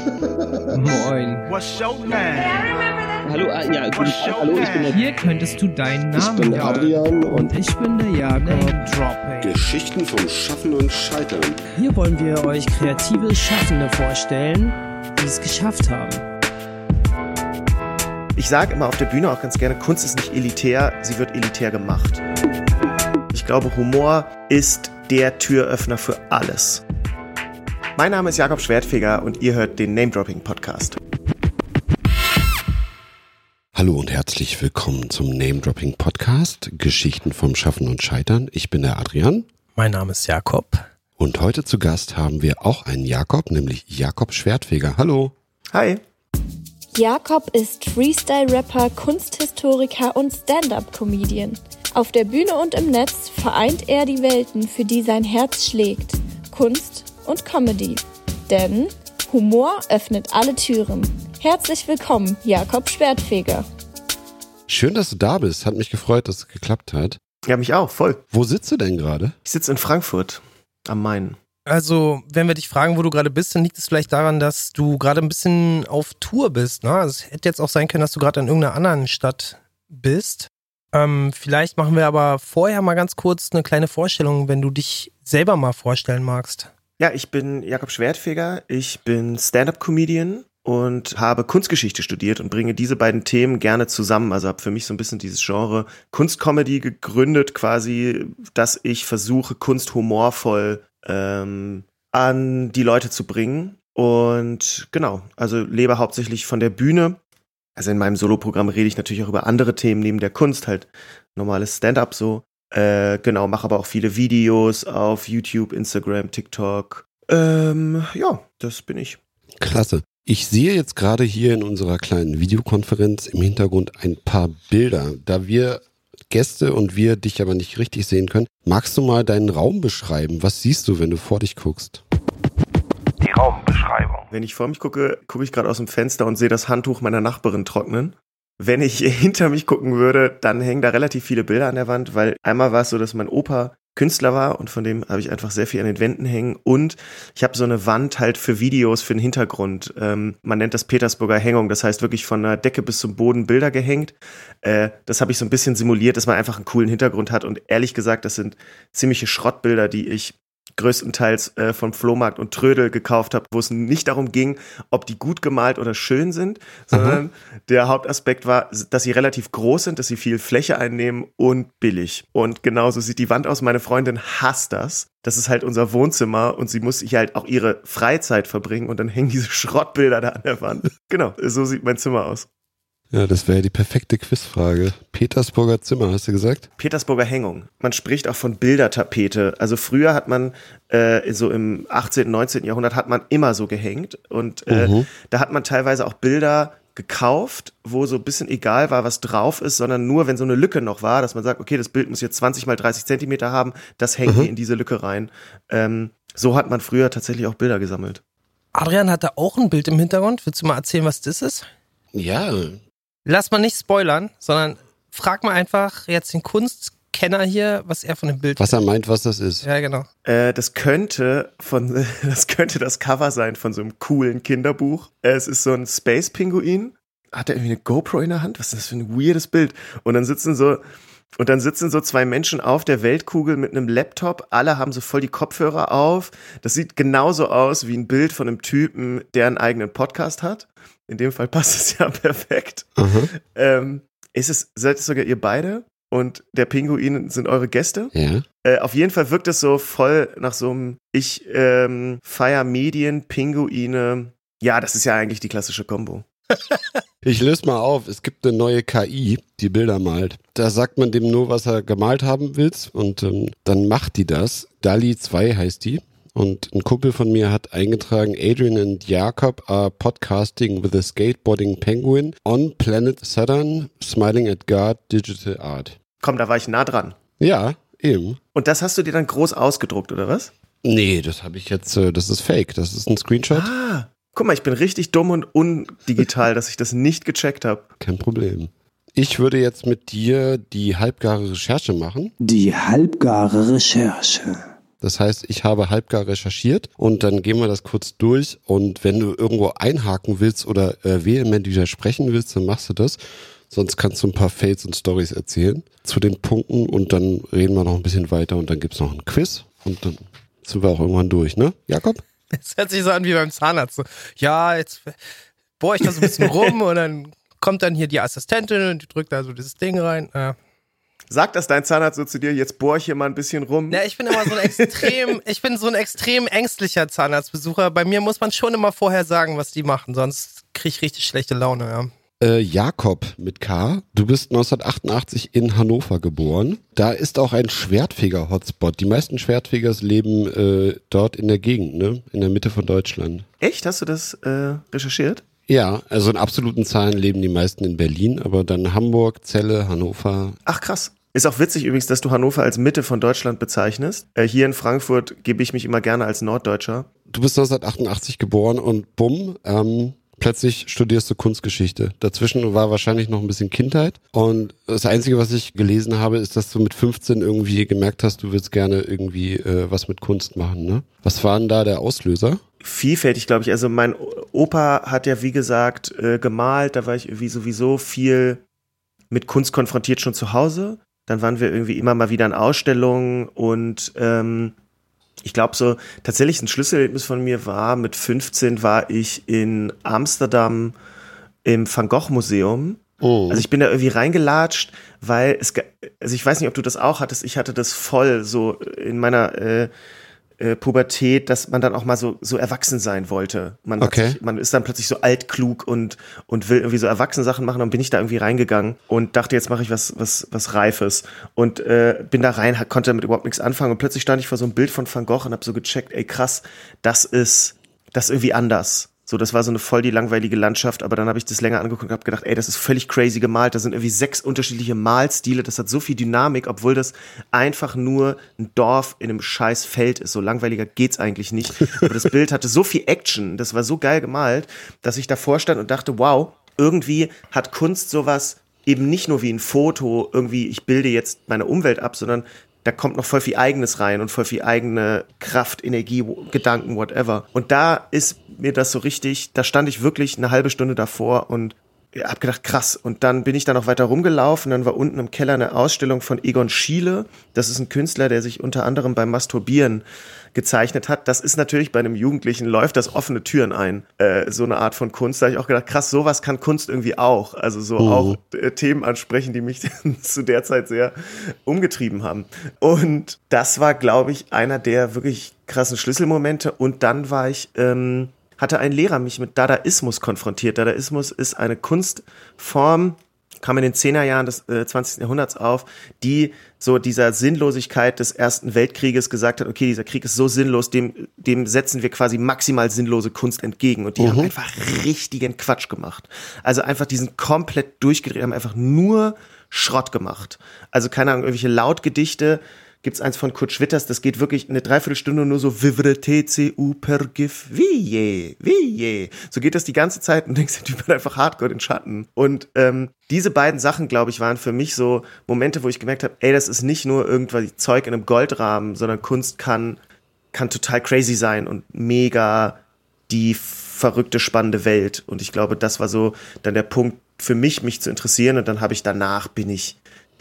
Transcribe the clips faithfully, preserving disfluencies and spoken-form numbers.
Moin. What's your name? Hallo, ah, ja, guten Tag, hallo, ich bin der... Hier könntest du deinen Namen Ich bin der Adrian und ich bin der Jakob. Dropping. Geschichten vom Schaffen und Scheitern. Hier wollen wir euch kreative Schaffende vorstellen, die es geschafft haben. Ich sage immer auf der Bühne auch ganz gerne, Kunst ist nicht elitär, sie wird elitär gemacht. Ich glaube, Humor ist der Türöffner für alles. Mein Name ist Jakob Schwertfeger und ihr hört den Name-Dropping-Podcast. Hallo und herzlich willkommen zum Name-Dropping-Podcast, Geschichten vom Schaffen und Scheitern. Ich bin der Adrian. Mein Name ist Jakob. Und heute zu Gast haben wir auch einen Jakob, nämlich Jakob Schwertfeger. Hallo. Hi. Jakob ist Freestyle-Rapper, Kunsthistoriker und Stand-up-Comedian. Auf der Bühne und im Netz vereint er die Welten, für die sein Herz schlägt. Kunst und Comedy. Denn Humor öffnet alle Türen. Herzlich willkommen, Jakob Schwertfeger. Schön, dass du da bist. Hat mich gefreut, dass es geklappt hat. Ja, mich auch, voll. Wo sitzt du denn gerade? Ich sitze in Frankfurt am Main. Also, wenn wir dich fragen, wo du gerade bist, dann liegt es vielleicht daran, dass du gerade ein bisschen auf Tour bist. Ne? Also, es hätte jetzt auch sein können, dass du gerade in irgendeiner anderen Stadt bist. Ähm, vielleicht machen wir aber vorher mal ganz kurz eine kleine Vorstellung, wenn du dich selber mal vorstellen magst. Ja, ich bin Jakob Schwertfeger, ich bin Stand-up-Comedian und habe Kunstgeschichte studiert und bringe diese beiden Themen gerne zusammen. Also habe für mich so ein bisschen dieses Genre Kunstcomedy gegründet, quasi, dass ich versuche, Kunst humorvoll ähm, an die Leute zu bringen. Und genau, also lebe hauptsächlich von der Bühne. Also in meinem Soloprogramm rede ich natürlich auch über andere Themen neben der Kunst, halt normales Stand-up so. Äh, genau, mache aber auch viele Videos auf YouTube, Instagram, TikTok. Ähm, ja, das bin ich. Klasse. Ich sehe jetzt gerade hier in unserer kleinen Videokonferenz im Hintergrund ein paar Bilder. Da wir Gäste und wir dich aber nicht richtig sehen können, magst du mal deinen Raum beschreiben? Was siehst du, wenn du vor dich guckst? Die Raumbeschreibung. Wenn ich vor mich gucke, gucke ich gerade aus dem Fenster und sehe das Handtuch meiner Nachbarin trocknen. Wenn ich hinter mich gucken würde, dann hängen da relativ viele Bilder an der Wand, weil einmal war es so, dass mein Opa Künstler war und von dem habe ich einfach sehr viel an den Wänden hängen und ich habe so eine Wand halt für Videos, für den Hintergrund. Ähm, man nennt das Petersburger Hängung, das heißt wirklich von der Decke bis zum Boden Bilder gehängt. Äh, das habe ich so ein bisschen simuliert, dass man einfach einen coolen Hintergrund hat und ehrlich gesagt, das sind ziemliche Schrottbilder, die ich größtenteils äh, vom Flohmarkt und Trödel gekauft habe, wo es nicht darum ging, ob die gut gemalt oder schön sind, sondern mhm. der Hauptaspekt war, dass sie relativ groß sind, dass sie viel Fläche einnehmen und billig. Und genauso sieht die Wand aus. Meine Freundin hasst das. Das ist halt unser Wohnzimmer und sie muss hier halt auch ihre Freizeit verbringen und dann hängen diese Schrottbilder da an der Wand. Genau, so sieht mein Zimmer aus. Ja, das wäre die perfekte Quizfrage. Petersburger Zimmer, hast du gesagt? Petersburger Hängung. Man spricht auch von Bildertapete. Also früher hat man, äh, so im achtzehnten, neunzehnten Jahrhundert hat man immer so gehängt. Und äh, mhm. da hat man teilweise auch Bilder gekauft, wo so ein bisschen egal war, was drauf ist, sondern nur, wenn so eine Lücke noch war, dass man sagt, okay, das Bild muss jetzt zwanzig mal dreißig Zentimeter haben, das hängt mhm. in diese Lücke rein. Ähm, so hat man früher tatsächlich auch Bilder gesammelt. Adrian hat da auch ein Bild im Hintergrund. Willst du mal erzählen, was das ist? Ja, Lass mal nicht spoilern, sondern frag mal einfach jetzt den Kunstkenner hier, was er von dem Bild... Was er meint, was das ist. Ja, genau. Äh, das könnte von, das könnte das Cover sein von so einem coolen Kinderbuch. Es ist so ein Space-Pinguin. Hat er irgendwie eine GoPro in der Hand? Was ist das für ein weirdes Bild? Und dann sitzen so... Und dann sitzen so zwei Menschen auf der Weltkugel mit einem Laptop. Alle haben so voll die Kopfhörer auf. Das sieht genauso aus wie ein Bild von einem Typen, der einen eigenen Podcast hat. In dem Fall passt es ja perfekt. Mhm. Ähm, ist es, seid es sogar ihr beide? Und der Pinguin sind eure Gäste? Ja. Äh, auf jeden Fall wirkt es so voll nach so einem Ich ähm, feier Medien, Pinguine. Ja, das ist ja eigentlich die klassische Kombo. Ich löse mal auf, es gibt eine neue K I, die Bilder malt. Da sagt man dem nur, was er gemalt haben willst und ähm, dann macht die das. DALL-E zwei heißt die und ein Kumpel von mir hat eingetragen, Adrian and Jakob are podcasting with a skateboarding penguin on planet Saturn, smiling at God, digital art. Komm, da war ich nah dran. Ja, eben. Und das hast du dir dann groß ausgedruckt, oder was? Nee, das habe ich jetzt, äh, das ist fake, das ist ein Screenshot. Ah. Guck mal, ich bin richtig dumm und undigital, dass ich das nicht gecheckt habe. Kein Problem. Ich würde jetzt mit dir die halbgare Recherche machen. Die halbgare Recherche. Das heißt, ich habe halbgar recherchiert und dann gehen wir das kurz durch und wenn du irgendwo einhaken willst oder äh, vehement widersprechen willst, dann machst du das. Sonst kannst du ein paar Fails und Stories erzählen zu den Punkten und dann reden wir noch ein bisschen weiter und dann gibt's noch ein Quiz und dann sind wir auch irgendwann durch, ne, Jakob? Das hört sich so an wie beim Zahnarzt. So, ja, jetzt bohre ich da so ein bisschen rum und dann kommt dann hier die Assistentin und die drückt da so dieses Ding rein. Ja. Sagt das dein Zahnarzt so zu dir, jetzt bohr ich hier mal ein bisschen rum? Ja, ich bin immer so ein extrem, ich bin so ein extrem ängstlicher Zahnarztbesucher. Bei mir muss man schon immer vorher sagen, was die machen, sonst kriege ich richtig schlechte Laune, ja. Äh, Jakob mit K, du bist neunzehnhundertachtundachtzig in Hannover geboren. Da ist auch ein Schwertfeger-Hotspot. Die meisten Schwertfegers leben äh, dort in der Gegend, ne? In der Mitte von Deutschland. Echt? Hast du das äh, recherchiert? Ja, also in absoluten Zahlen leben die meisten in Berlin, aber dann Hamburg, Celle, Hannover. Ach krass. Ist auch witzig übrigens, dass du Hannover als Mitte von Deutschland bezeichnest. Äh, hier in Frankfurt gebe ich mich immer gerne als Norddeutscher. Du bist neunzehnhundertachtundachtzig geboren und bumm, ähm, plötzlich studierst du Kunstgeschichte. Dazwischen war wahrscheinlich noch ein bisschen Kindheit. Und das Einzige, was ich gelesen habe, ist, dass du mit fünfzehn irgendwie gemerkt hast, du willst gerne irgendwie äh, was mit Kunst machen, ne? Was war denn da der Auslöser? Vielfältig, glaube ich. Also mein Opa hat ja, wie gesagt, äh, gemalt. Da war ich irgendwie sowieso viel mit Kunst konfrontiert schon zu Hause. Dann waren wir irgendwie immer mal wieder in Ausstellungen und ähm, ich glaube so, tatsächlich ein Schlüsselerlebnis von mir war, mit fünfzehn war ich in Amsterdam im Van Gogh Museum. Oh. Also ich bin da irgendwie reingelatscht, weil es, also ich weiß nicht, ob du das auch hattest, ich hatte das voll so in meiner äh, äh, Pubertät, dass man dann auch mal so so erwachsen sein wollte. Man, okay. hat sich, man ist dann plötzlich so altklug und und will irgendwie so erwachsene Sachen machen. Dann bin ich da irgendwie reingegangen und dachte, jetzt mache ich was was was Reifes und äh, bin da rein, konnte damit überhaupt nichts anfangen und plötzlich stand ich vor so einem Bild von Van Gogh und habe so gecheckt, ey krass, das ist das ist irgendwie anders. So, das war so eine voll die langweilige Landschaft, aber dann habe ich das länger angeguckt und habe gedacht, ey, das ist völlig crazy gemalt. Da sind irgendwie sechs unterschiedliche Malstile, das hat so viel Dynamik, obwohl das einfach nur ein Dorf in einem scheiß Feld ist. So langweiliger geht's eigentlich nicht. Aber das Bild hatte so viel Action, das war so geil gemalt, dass ich davor stand und dachte, wow, irgendwie hat Kunst sowas eben nicht nur wie ein Foto, irgendwie ich bilde jetzt meine Umwelt ab, sondern da kommt noch voll viel Eigenes rein und voll viel eigene Kraft, Energie, Gedanken, whatever. Und da ist mir das so richtig, da stand ich wirklich eine halbe Stunde davor und hab gedacht, krass. Und dann bin ich da noch weiter rumgelaufen, dann war unten im Keller eine Ausstellung von Egon Schiele. Das ist ein Künstler, der sich unter anderem beim Masturbieren gezeichnet hat. Das ist natürlich bei einem Jugendlichen, läuft das offene Türen ein, äh, so eine Art von Kunst. Da habe ich auch gedacht, krass, sowas kann Kunst irgendwie auch. Also so mhm. auch äh, Themen ansprechen, die mich zu der Zeit sehr umgetrieben haben. Und das war, glaube ich, einer der wirklich krassen Schlüsselmomente. Und dann war ich, ähm, hatte ein Lehrer mich mit Dadaismus konfrontiert. Dadaismus ist eine Kunstform, kam in den Zehnerjahren des äh, zwanzigsten Jahrhunderts auf, die so dieser Sinnlosigkeit des Ersten Weltkrieges gesagt hat, okay, dieser Krieg ist so sinnlos, dem, dem setzen wir quasi maximal sinnlose Kunst entgegen. Und die mhm. haben einfach richtigen Quatsch gemacht. Also einfach diesen komplett durchgedreht, haben einfach nur Schrott gemacht. Also keine Ahnung, irgendwelche Lautgedichte. Gibt's eins von Kurt Schwitters, das geht wirklich eine Dreiviertelstunde nur so Vivre T C U per Gif, wie je, wie je. So geht das die ganze Zeit und denkst, der Typ hat einfach Hardcore in Schatten. Und ähm, diese beiden Sachen, glaube ich, waren für mich so Momente, wo ich gemerkt habe, ey, das ist nicht nur irgendwas Zeug in einem Goldrahmen, sondern Kunst kann, kann total crazy sein und mega die verrückte, spannende Welt. Und ich glaube, das war so dann der Punkt für mich, mich zu interessieren. Und dann habe ich danach, bin ich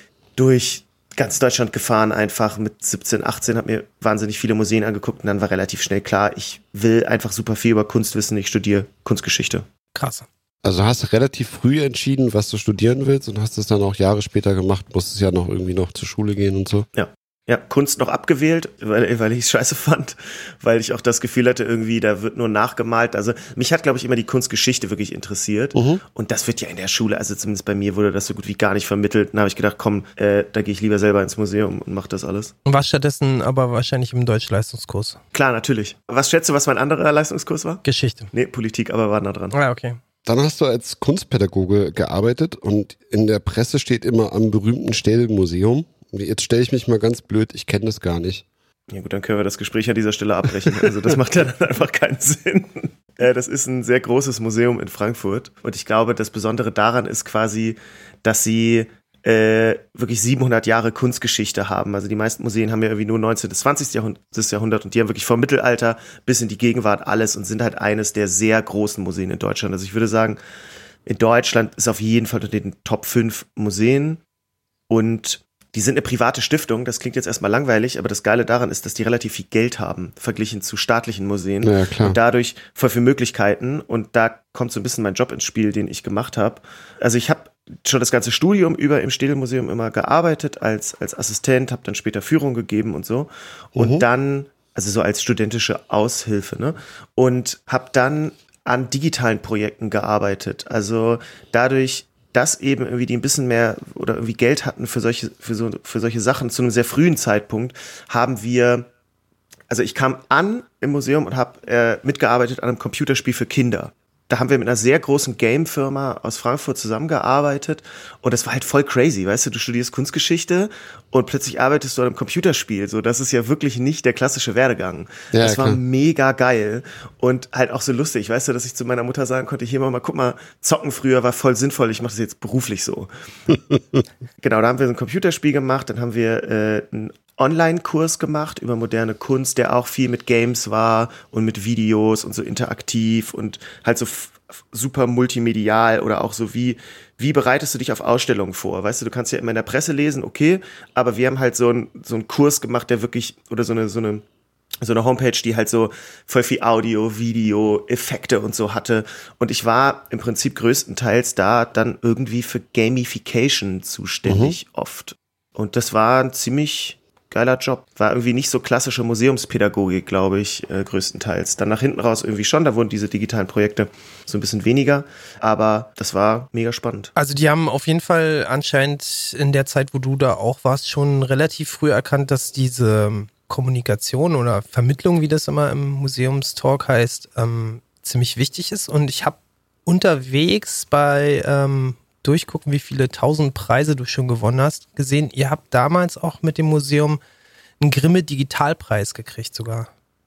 durch ganz Deutschland gefahren, einfach mit siebzehn, achtzehn, habe mir wahnsinnig viele Museen angeguckt und dann war relativ schnell klar, ich will einfach super viel über Kunst wissen, ich studiere Kunstgeschichte. Krass. Also hast du relativ früh entschieden, was du studieren willst und hast es dann auch Jahre später gemacht, musstest ja noch irgendwie noch zur Schule gehen und so? Ja. Ja, Kunst noch abgewählt, weil, weil ich es scheiße fand, weil ich auch das Gefühl hatte, irgendwie, da wird nur nachgemalt. Also mich hat, glaube ich, immer die Kunstgeschichte wirklich interessiert. Mhm. Und das wird ja in der Schule, also zumindest bei mir wurde das so gut wie gar nicht vermittelt. Dann habe ich gedacht, komm, äh, da gehe ich lieber selber ins Museum und mache das alles. Und was stattdessen aber wahrscheinlich im Deutsch-Leistungskurs? Klar, natürlich. Was schätzt du, was mein anderer Leistungskurs war? Geschichte. Nee, Politik, aber war nah dran. Ah, okay. Dann hast du als Kunstpädagoge gearbeitet und in der Presse steht immer am berühmten Städel-Museum. Jetzt stelle ich mich mal ganz blöd, ich kenne das gar nicht. Ja gut, dann können wir das Gespräch an dieser Stelle abbrechen. Also das macht ja dann einfach keinen Sinn. Äh, das ist ein sehr großes Museum in Frankfurt und ich glaube, das Besondere daran ist quasi, dass sie äh, wirklich siebenhundert Jahre Kunstgeschichte haben. Also die meisten Museen haben ja irgendwie nur neunzehnten bis zwanzigsten Jahrhundert und die haben wirklich vom Mittelalter bis in die Gegenwart alles und sind halt eines der sehr großen Museen in Deutschland. Also ich würde sagen, in Deutschland ist auf jeden Fall unter den Top fünf Museen und die sind eine private Stiftung. Das klingt jetzt erstmal langweilig, aber das Geile daran ist, dass die relativ viel Geld haben, verglichen zu staatlichen Museen. Ja, klar. Und dadurch voll viele Möglichkeiten. Und da kommt so ein bisschen mein Job ins Spiel, den ich gemacht habe. Also ich habe schon das ganze Studium über im Städelmuseum immer gearbeitet als, als Assistent, habe dann später Führung gegeben und so. Und Mhm. dann, also so als studentische Aushilfe, ne? Und habe dann an digitalen Projekten gearbeitet. Also dadurch, dass eben irgendwie die ein bisschen mehr oder irgendwie Geld hatten für solche, für so, für solche Sachen zu einem sehr frühen Zeitpunkt, haben wir, also ich kam an im Museum und habe äh, mitgearbeitet an einem Computerspiel für Kinder. Da haben wir mit einer sehr großen Game-Firma aus Frankfurt zusammengearbeitet und das war halt voll crazy, weißt du, du studierst Kunstgeschichte und plötzlich arbeitest du an einem Computerspiel, so, das ist ja wirklich nicht der klassische Werdegang. Ja, das war klar. mega geil und halt auch so lustig, weißt du, dass ich zu meiner Mutter sagen konnte, hier mal, mal guck mal, zocken früher war voll sinnvoll, ich mache das jetzt beruflich so. Genau, da haben wir so ein Computerspiel gemacht, dann haben wir äh, ein Online-Kurs gemacht über moderne Kunst, der auch viel mit Games war und mit Videos und so interaktiv und halt so f- super multimedial oder auch so wie, wie bereitest du dich auf Ausstellungen vor? Weißt du, du kannst ja immer in der Presse lesen, okay, aber wir haben halt so einen so einen Kurs gemacht, der wirklich, oder so eine, so eine, so eine Homepage, die halt so voll viel Audio, Video, Effekte und so hatte. Und ich war im Prinzip größtenteils da dann irgendwie für Gamification zuständig oft. Und das war ein ziemlich geiler Job. War irgendwie nicht so klassische Museumspädagogik, glaube ich, äh, größtenteils. Dann nach hinten raus irgendwie schon, da wurden diese digitalen Projekte so ein bisschen weniger, aber das war mega spannend. Also die haben auf jeden Fall anscheinend in der Zeit, wo du da auch warst, schon relativ früh erkannt, dass diese Kommunikation oder Vermittlung, wie das immer im Museumstalk heißt, ähm, ziemlich wichtig ist. Und ich habe unterwegs bei ähm, Durchgucken, wie viele tausend Preise du schon gewonnen hast, gesehen, ihr habt damals auch mit dem Museum einen Grimme Digitalpreis gekriegt sogar.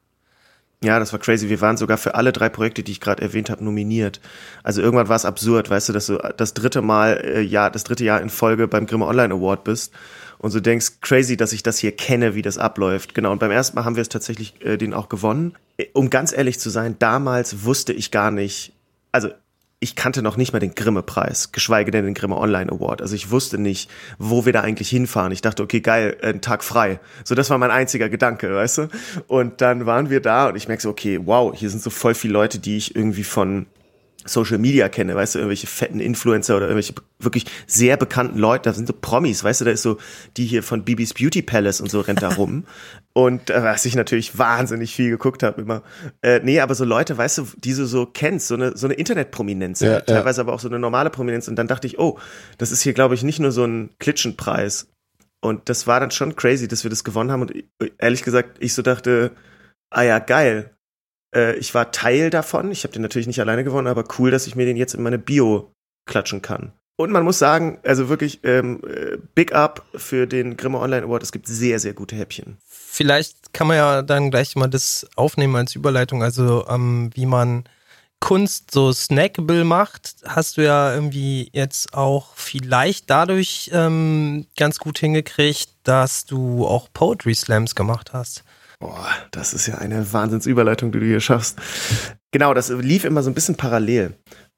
Ja, das war crazy. Wir waren sogar für alle drei Projekte, die ich gerade erwähnt habe, nominiert. Also irgendwann war es absurd, weißt du, dass du das dritte Mal, äh, ja, das dritte Jahr in Folge beim Grimme Online Award bist und so denkst, crazy, dass ich das hier kenne, wie das abläuft. Genau, und beim ersten Mal haben wir es tatsächlich äh, den auch gewonnen. Um ganz ehrlich zu sein, damals wusste ich gar nicht, also ich kannte noch nicht mal den Grimme-Preis, geschweige denn den Grimme Online Award. Also ich wusste nicht, wo wir da eigentlich hinfahren. Ich dachte, okay, geil, ein Tag frei. So, das war mein einziger Gedanke, weißt du? Und dann waren wir da und ich merke so, okay, wow, hier sind so voll viele Leute, die ich irgendwie von Social Media kenne, weißt du, irgendwelche fetten Influencer oder irgendwelche wirklich sehr bekannten Leute, da sind so Promis, weißt du, da ist so die hier von Bibis Beauty Palace und so rennt da rum. Und äh, was ich natürlich wahnsinnig viel geguckt habe immer. Äh, nee, aber so Leute, weißt du, die du so kennst, so eine so eine Internetprominenz, Ja, halt, ja. teilweise aber auch so eine normale Prominenz. Und dann dachte ich, oh, das ist hier, glaube ich, nicht nur so ein Klitschenpreis. Und das war dann schon crazy, dass wir das gewonnen haben. Und ehrlich gesagt, ich so dachte, ah ja, geil. Äh, ich war Teil davon. Ich habe den natürlich nicht alleine gewonnen, aber cool, dass ich mir den jetzt in meine Bio klatschen kann. Und man muss sagen, also wirklich ähm, äh, Big Up für den Grimme Online Award. Es gibt sehr, sehr gute Häppchen. Vielleicht kann man ja dann gleich mal das aufnehmen als Überleitung, also ähm, wie man Kunst so snackable macht, hast du ja irgendwie jetzt auch vielleicht dadurch ähm, ganz gut hingekriegt, dass du auch Poetry Slams gemacht hast. Boah, das ist ja eine Wahnsinnsüberleitung, die du hier schaffst. Genau, das lief immer so ein bisschen parallel.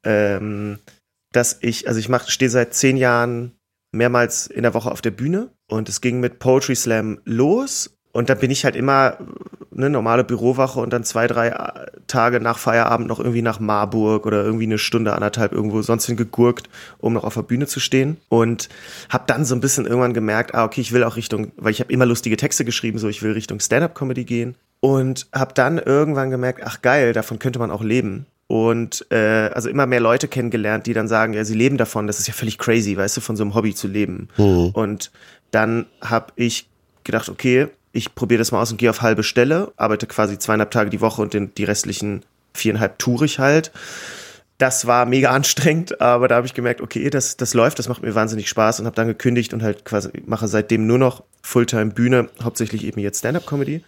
Ähm, dass ich, also ich mach, stehe seit zehn Jahren mehrmals in der Woche auf der Bühne und es ging mit Poetry Slam los. Und dann bin ich halt immer eine normale Bürowache und dann zwei, drei Tage nach Feierabend noch irgendwie nach Marburg oder irgendwie eine Stunde, anderthalb irgendwo sonst hingegurkt, um noch auf der Bühne zu stehen. Und habe dann so ein bisschen irgendwann gemerkt, ah okay, ich will auch Richtung, weil ich habe immer lustige Texte geschrieben, so ich will Richtung Stand-up-Comedy gehen. Und habe dann irgendwann gemerkt, ach geil, davon könnte man auch leben. Und äh, also immer mehr Leute kennengelernt, die dann sagen, ja, sie leben davon, das ist ja völlig crazy, weißt du, von so einem Hobby zu leben. Mhm. Und dann habe ich gedacht, okay, ich probiere das mal aus und gehe auf halbe Stelle, arbeite quasi zweieinhalb Tage die Woche und den, die restlichen viereinhalb tour ich halt. Das war mega anstrengend, aber da habe ich gemerkt, okay, das, das läuft, das macht mir wahnsinnig Spaß und habe dann gekündigt und halt quasi mache seitdem nur noch Fulltime Bühne, hauptsächlich eben jetzt Stand-up-Comedy.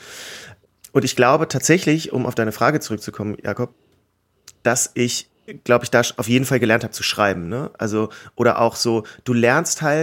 Und ich glaube tatsächlich, um auf deine Frage zurückzukommen, Jakob, dass ich, glaube ich, da auf jeden Fall gelernt habe zu schreiben, ne? Also, oder auch so, du lernst halt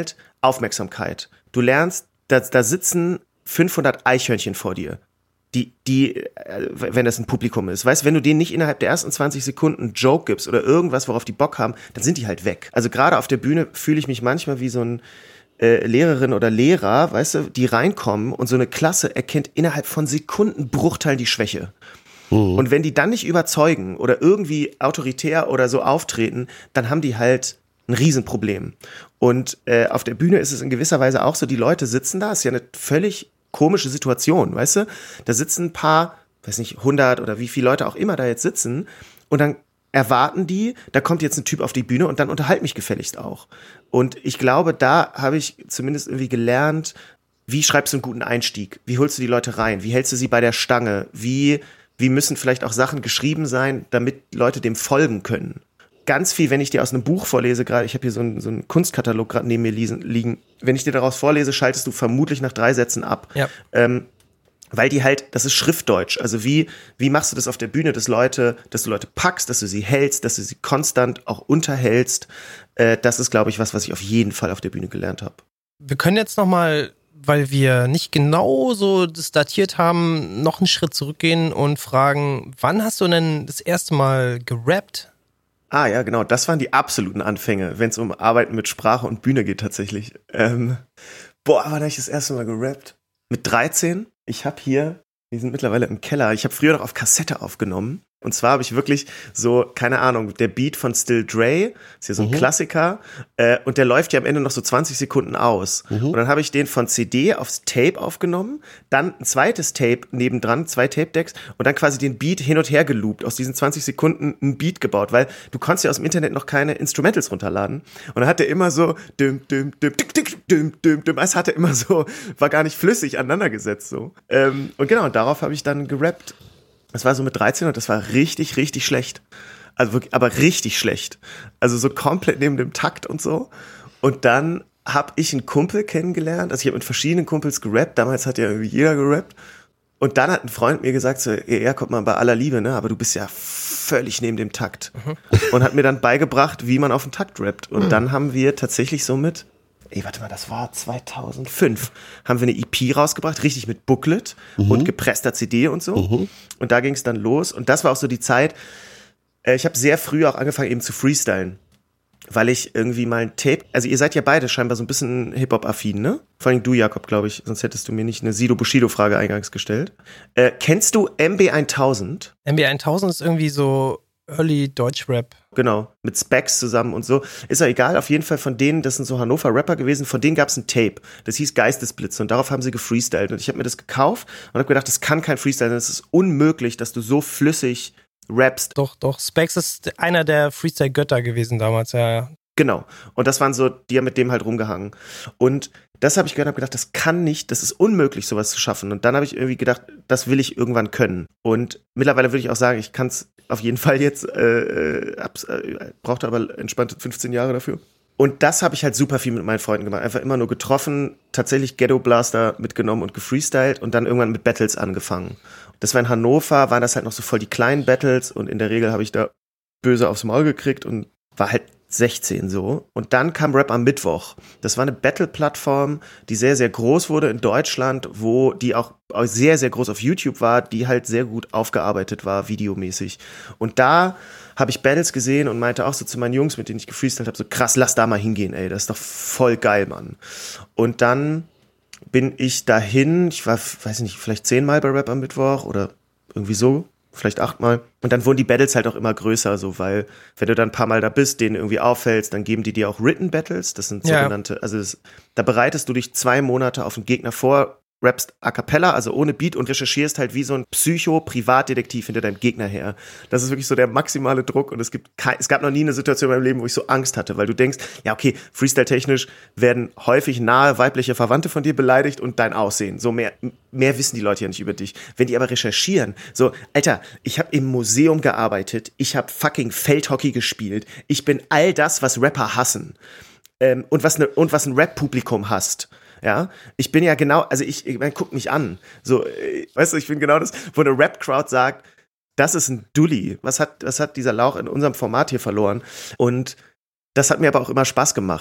Aufmerksamkeit. Du lernst, da, da sitzen fünfhundert Eichhörnchen vor dir. Die, die, wenn das ein Publikum ist, weißt, wenn du denen nicht innerhalb der ersten zwanzig Sekunden einen Joke gibst oder irgendwas, worauf die Bock haben, dann sind die halt weg. Also gerade auf der Bühne fühle ich mich manchmal wie so ein äh, Lehrerin oder Lehrer, weißt du, die reinkommen und so eine Klasse erkennt innerhalb von Sekundenbruchteilen die Schwäche. Mhm. Und wenn die dann nicht überzeugen oder irgendwie autoritär oder so auftreten, dann haben die halt ein Riesenproblem. Und äh, auf der Bühne ist es in gewisser Weise auch so, die Leute sitzen da, ist ja eine völlig komische Situation, weißt du? Da sitzen ein paar, weiß nicht, hundert oder wie viele Leute auch immer da jetzt sitzen und dann erwarten die, da kommt jetzt ein Typ auf die Bühne und dann unterhalt mich gefälligst auch. Und ich glaube, da habe ich zumindest irgendwie gelernt, wie schreibst du einen guten Einstieg? Wie holst du die Leute rein? Wie hältst du sie bei der Stange? Wie, wie müssen vielleicht auch Sachen geschrieben sein, damit Leute dem folgen können? Ganz viel, wenn ich dir aus einem Buch vorlese, gerade, ich habe hier so einen, so einen Kunstkatalog gerade neben mir liegen, wenn ich dir daraus vorlese, schaltest du vermutlich nach drei Sätzen ab. Ja. Ähm, weil die halt, das ist Schriftdeutsch. Also wie, wie machst du das auf der Bühne, dass Leute, dass du Leute packst, dass du sie hältst, dass du sie konstant auch unterhältst. Äh, das ist, glaube ich, was, was ich auf jeden Fall auf der Bühne gelernt habe. Wir können jetzt nochmal, weil wir nicht genau so das datiert haben, noch einen Schritt zurückgehen und fragen, wann hast du denn das erste Mal gerappt? Ah ja, genau, das waren die absoluten Anfänge, wenn es um Arbeiten mit Sprache und Bühne geht tatsächlich. Ähm, boah, wann habe ich das erste Mal gerappt? Mit dreizehn. Ich habe hier, wir sind mittlerweile im Keller, ich habe früher noch auf Kassette aufgenommen. Und zwar habe ich wirklich so, keine Ahnung, der Beat von Still Dre, ist ja so ein mhm. Klassiker, äh, und der läuft ja am Ende noch so zwanzig Sekunden aus. Mhm. Und dann habe ich den von C D aufs Tape aufgenommen, dann ein zweites Tape nebendran, zwei Tape-Decks und dann quasi den Beat hin und her geloopt, aus diesen zwanzig Sekunden ein Beat gebaut, weil du konntest ja aus dem Internet noch keine Instrumentals runterladen. Und dann hat der immer so, düm, düm, düm, tick, tick, düm, düm, düm, es hatte immer so, war gar nicht flüssig aneinandergesetzt so. Ähm, und genau, und darauf habe ich dann gerappt. Das war so mit dreizehn und das war richtig, richtig schlecht. Also wirklich, aber richtig schlecht. Also so komplett neben dem Takt und so. Und dann habe ich einen Kumpel kennengelernt. Also ich habe mit verschiedenen Kumpels gerappt. Damals hat ja irgendwie jeder gerappt. Und dann hat ein Freund mir gesagt, so, ja, kommt mal bei aller Liebe, ne, aber du bist ja völlig neben dem Takt. Mhm. Und hat mir dann beigebracht, wie man auf den Takt rappt. Und mhm. dann haben wir tatsächlich so mit, ey, warte mal, das war zweitausendfünf, haben wir eine E P rausgebracht, richtig mit Booklet mhm. und gepresster C D und so. Mhm. Und da ging es dann los. Und das war auch so die Zeit, äh, ich habe sehr früh auch angefangen eben zu freestylen, weil ich irgendwie mal ein Tape, also ihr seid ja beide scheinbar so ein bisschen Hip-Hop-affin, ne? Vor allem du, Jakob, glaube ich, sonst hättest du mir nicht eine Sido Bushido-Frage eingangs gestellt. Äh, kennst du M B tausend? M B tausend ist irgendwie so Early Deutschrap. Genau, mit Specs zusammen und so. Ist ja egal, auf jeden Fall von denen, das sind so Hannover Rapper gewesen, von denen gab es ein Tape. Das hieß Geistesblitze und darauf haben sie gefreestylt. Und ich habe mir das gekauft und habe gedacht, das kann kein Freestyle sein, das ist unmöglich, dass du so flüssig rappst. Doch, doch, Specs ist einer der Freestyle-Götter gewesen damals, ja. Genau, und das waren so, die haben mit dem halt rumgehangen. Und das habe ich gehört und habe gedacht, das kann nicht, das ist unmöglich, sowas zu schaffen. Und dann habe ich irgendwie gedacht, das will ich irgendwann können. Und mittlerweile würde ich auch sagen, ich kann es auf jeden Fall jetzt, äh, äh, brauchte aber entspannte fünfzehn Jahre dafür. Und das habe ich halt super viel mit meinen Freunden gemacht. Einfach immer nur getroffen, tatsächlich Ghetto Blaster mitgenommen und gefreestylt und dann irgendwann mit Battles angefangen. Das war in Hannover, waren das halt noch so voll die kleinen Battles und in der Regel habe ich da böse aufs Maul gekriegt und war halt sechzehn so. Und dann kam Rap am Mittwoch. Das war eine Battle-Plattform, die sehr, sehr groß wurde in Deutschland, wo die auch sehr, sehr groß auf YouTube war, die halt sehr gut aufgearbeitet war, videomäßig. Und da habe ich Battles gesehen und meinte auch so zu meinen Jungs, mit denen ich gefreestylt habe, so krass, lass da mal hingehen, ey, das ist doch voll geil, Mann. Und dann bin ich dahin, ich war, weiß nicht, vielleicht zehnmal bei Rap am Mittwoch oder irgendwie so, vielleicht achtmal. Und dann wurden die Battles halt auch immer größer, so, weil wenn du dann ein paar Mal da bist, denen irgendwie auffällst, dann geben die dir auch Written Battles, das sind sogenannte, ja. also das, da bereitest du dich zwei Monate auf einen Gegner vor, rappst a cappella, also ohne Beat und recherchierst halt wie so ein Psycho-Privatdetektiv hinter deinem Gegner her. Das ist wirklich so der maximale Druck und es gibt kein, es gab noch nie eine Situation in meinem Leben, wo ich so Angst hatte, weil du denkst, ja okay, Freestyle-technisch werden häufig nahe weibliche Verwandte von dir beleidigt und dein Aussehen. So mehr, mehr wissen die Leute ja nicht über dich. Wenn die aber recherchieren, so, Alter, ich habe im Museum gearbeitet, ich habe fucking Feldhockey gespielt, ich bin all das, was Rapper hassen ähm, und was ne, und was ein Rap-Publikum hasst. Ja, ich bin ja genau, also ich, ich meine, guck mich an. So, weißt du, ich bin genau das, wo eine Rap-Crowd sagt, das ist ein Dulli. Was hat, was hat dieser Lauch in unserem Format hier verloren? Und das hat mir aber auch immer Spaß gemacht.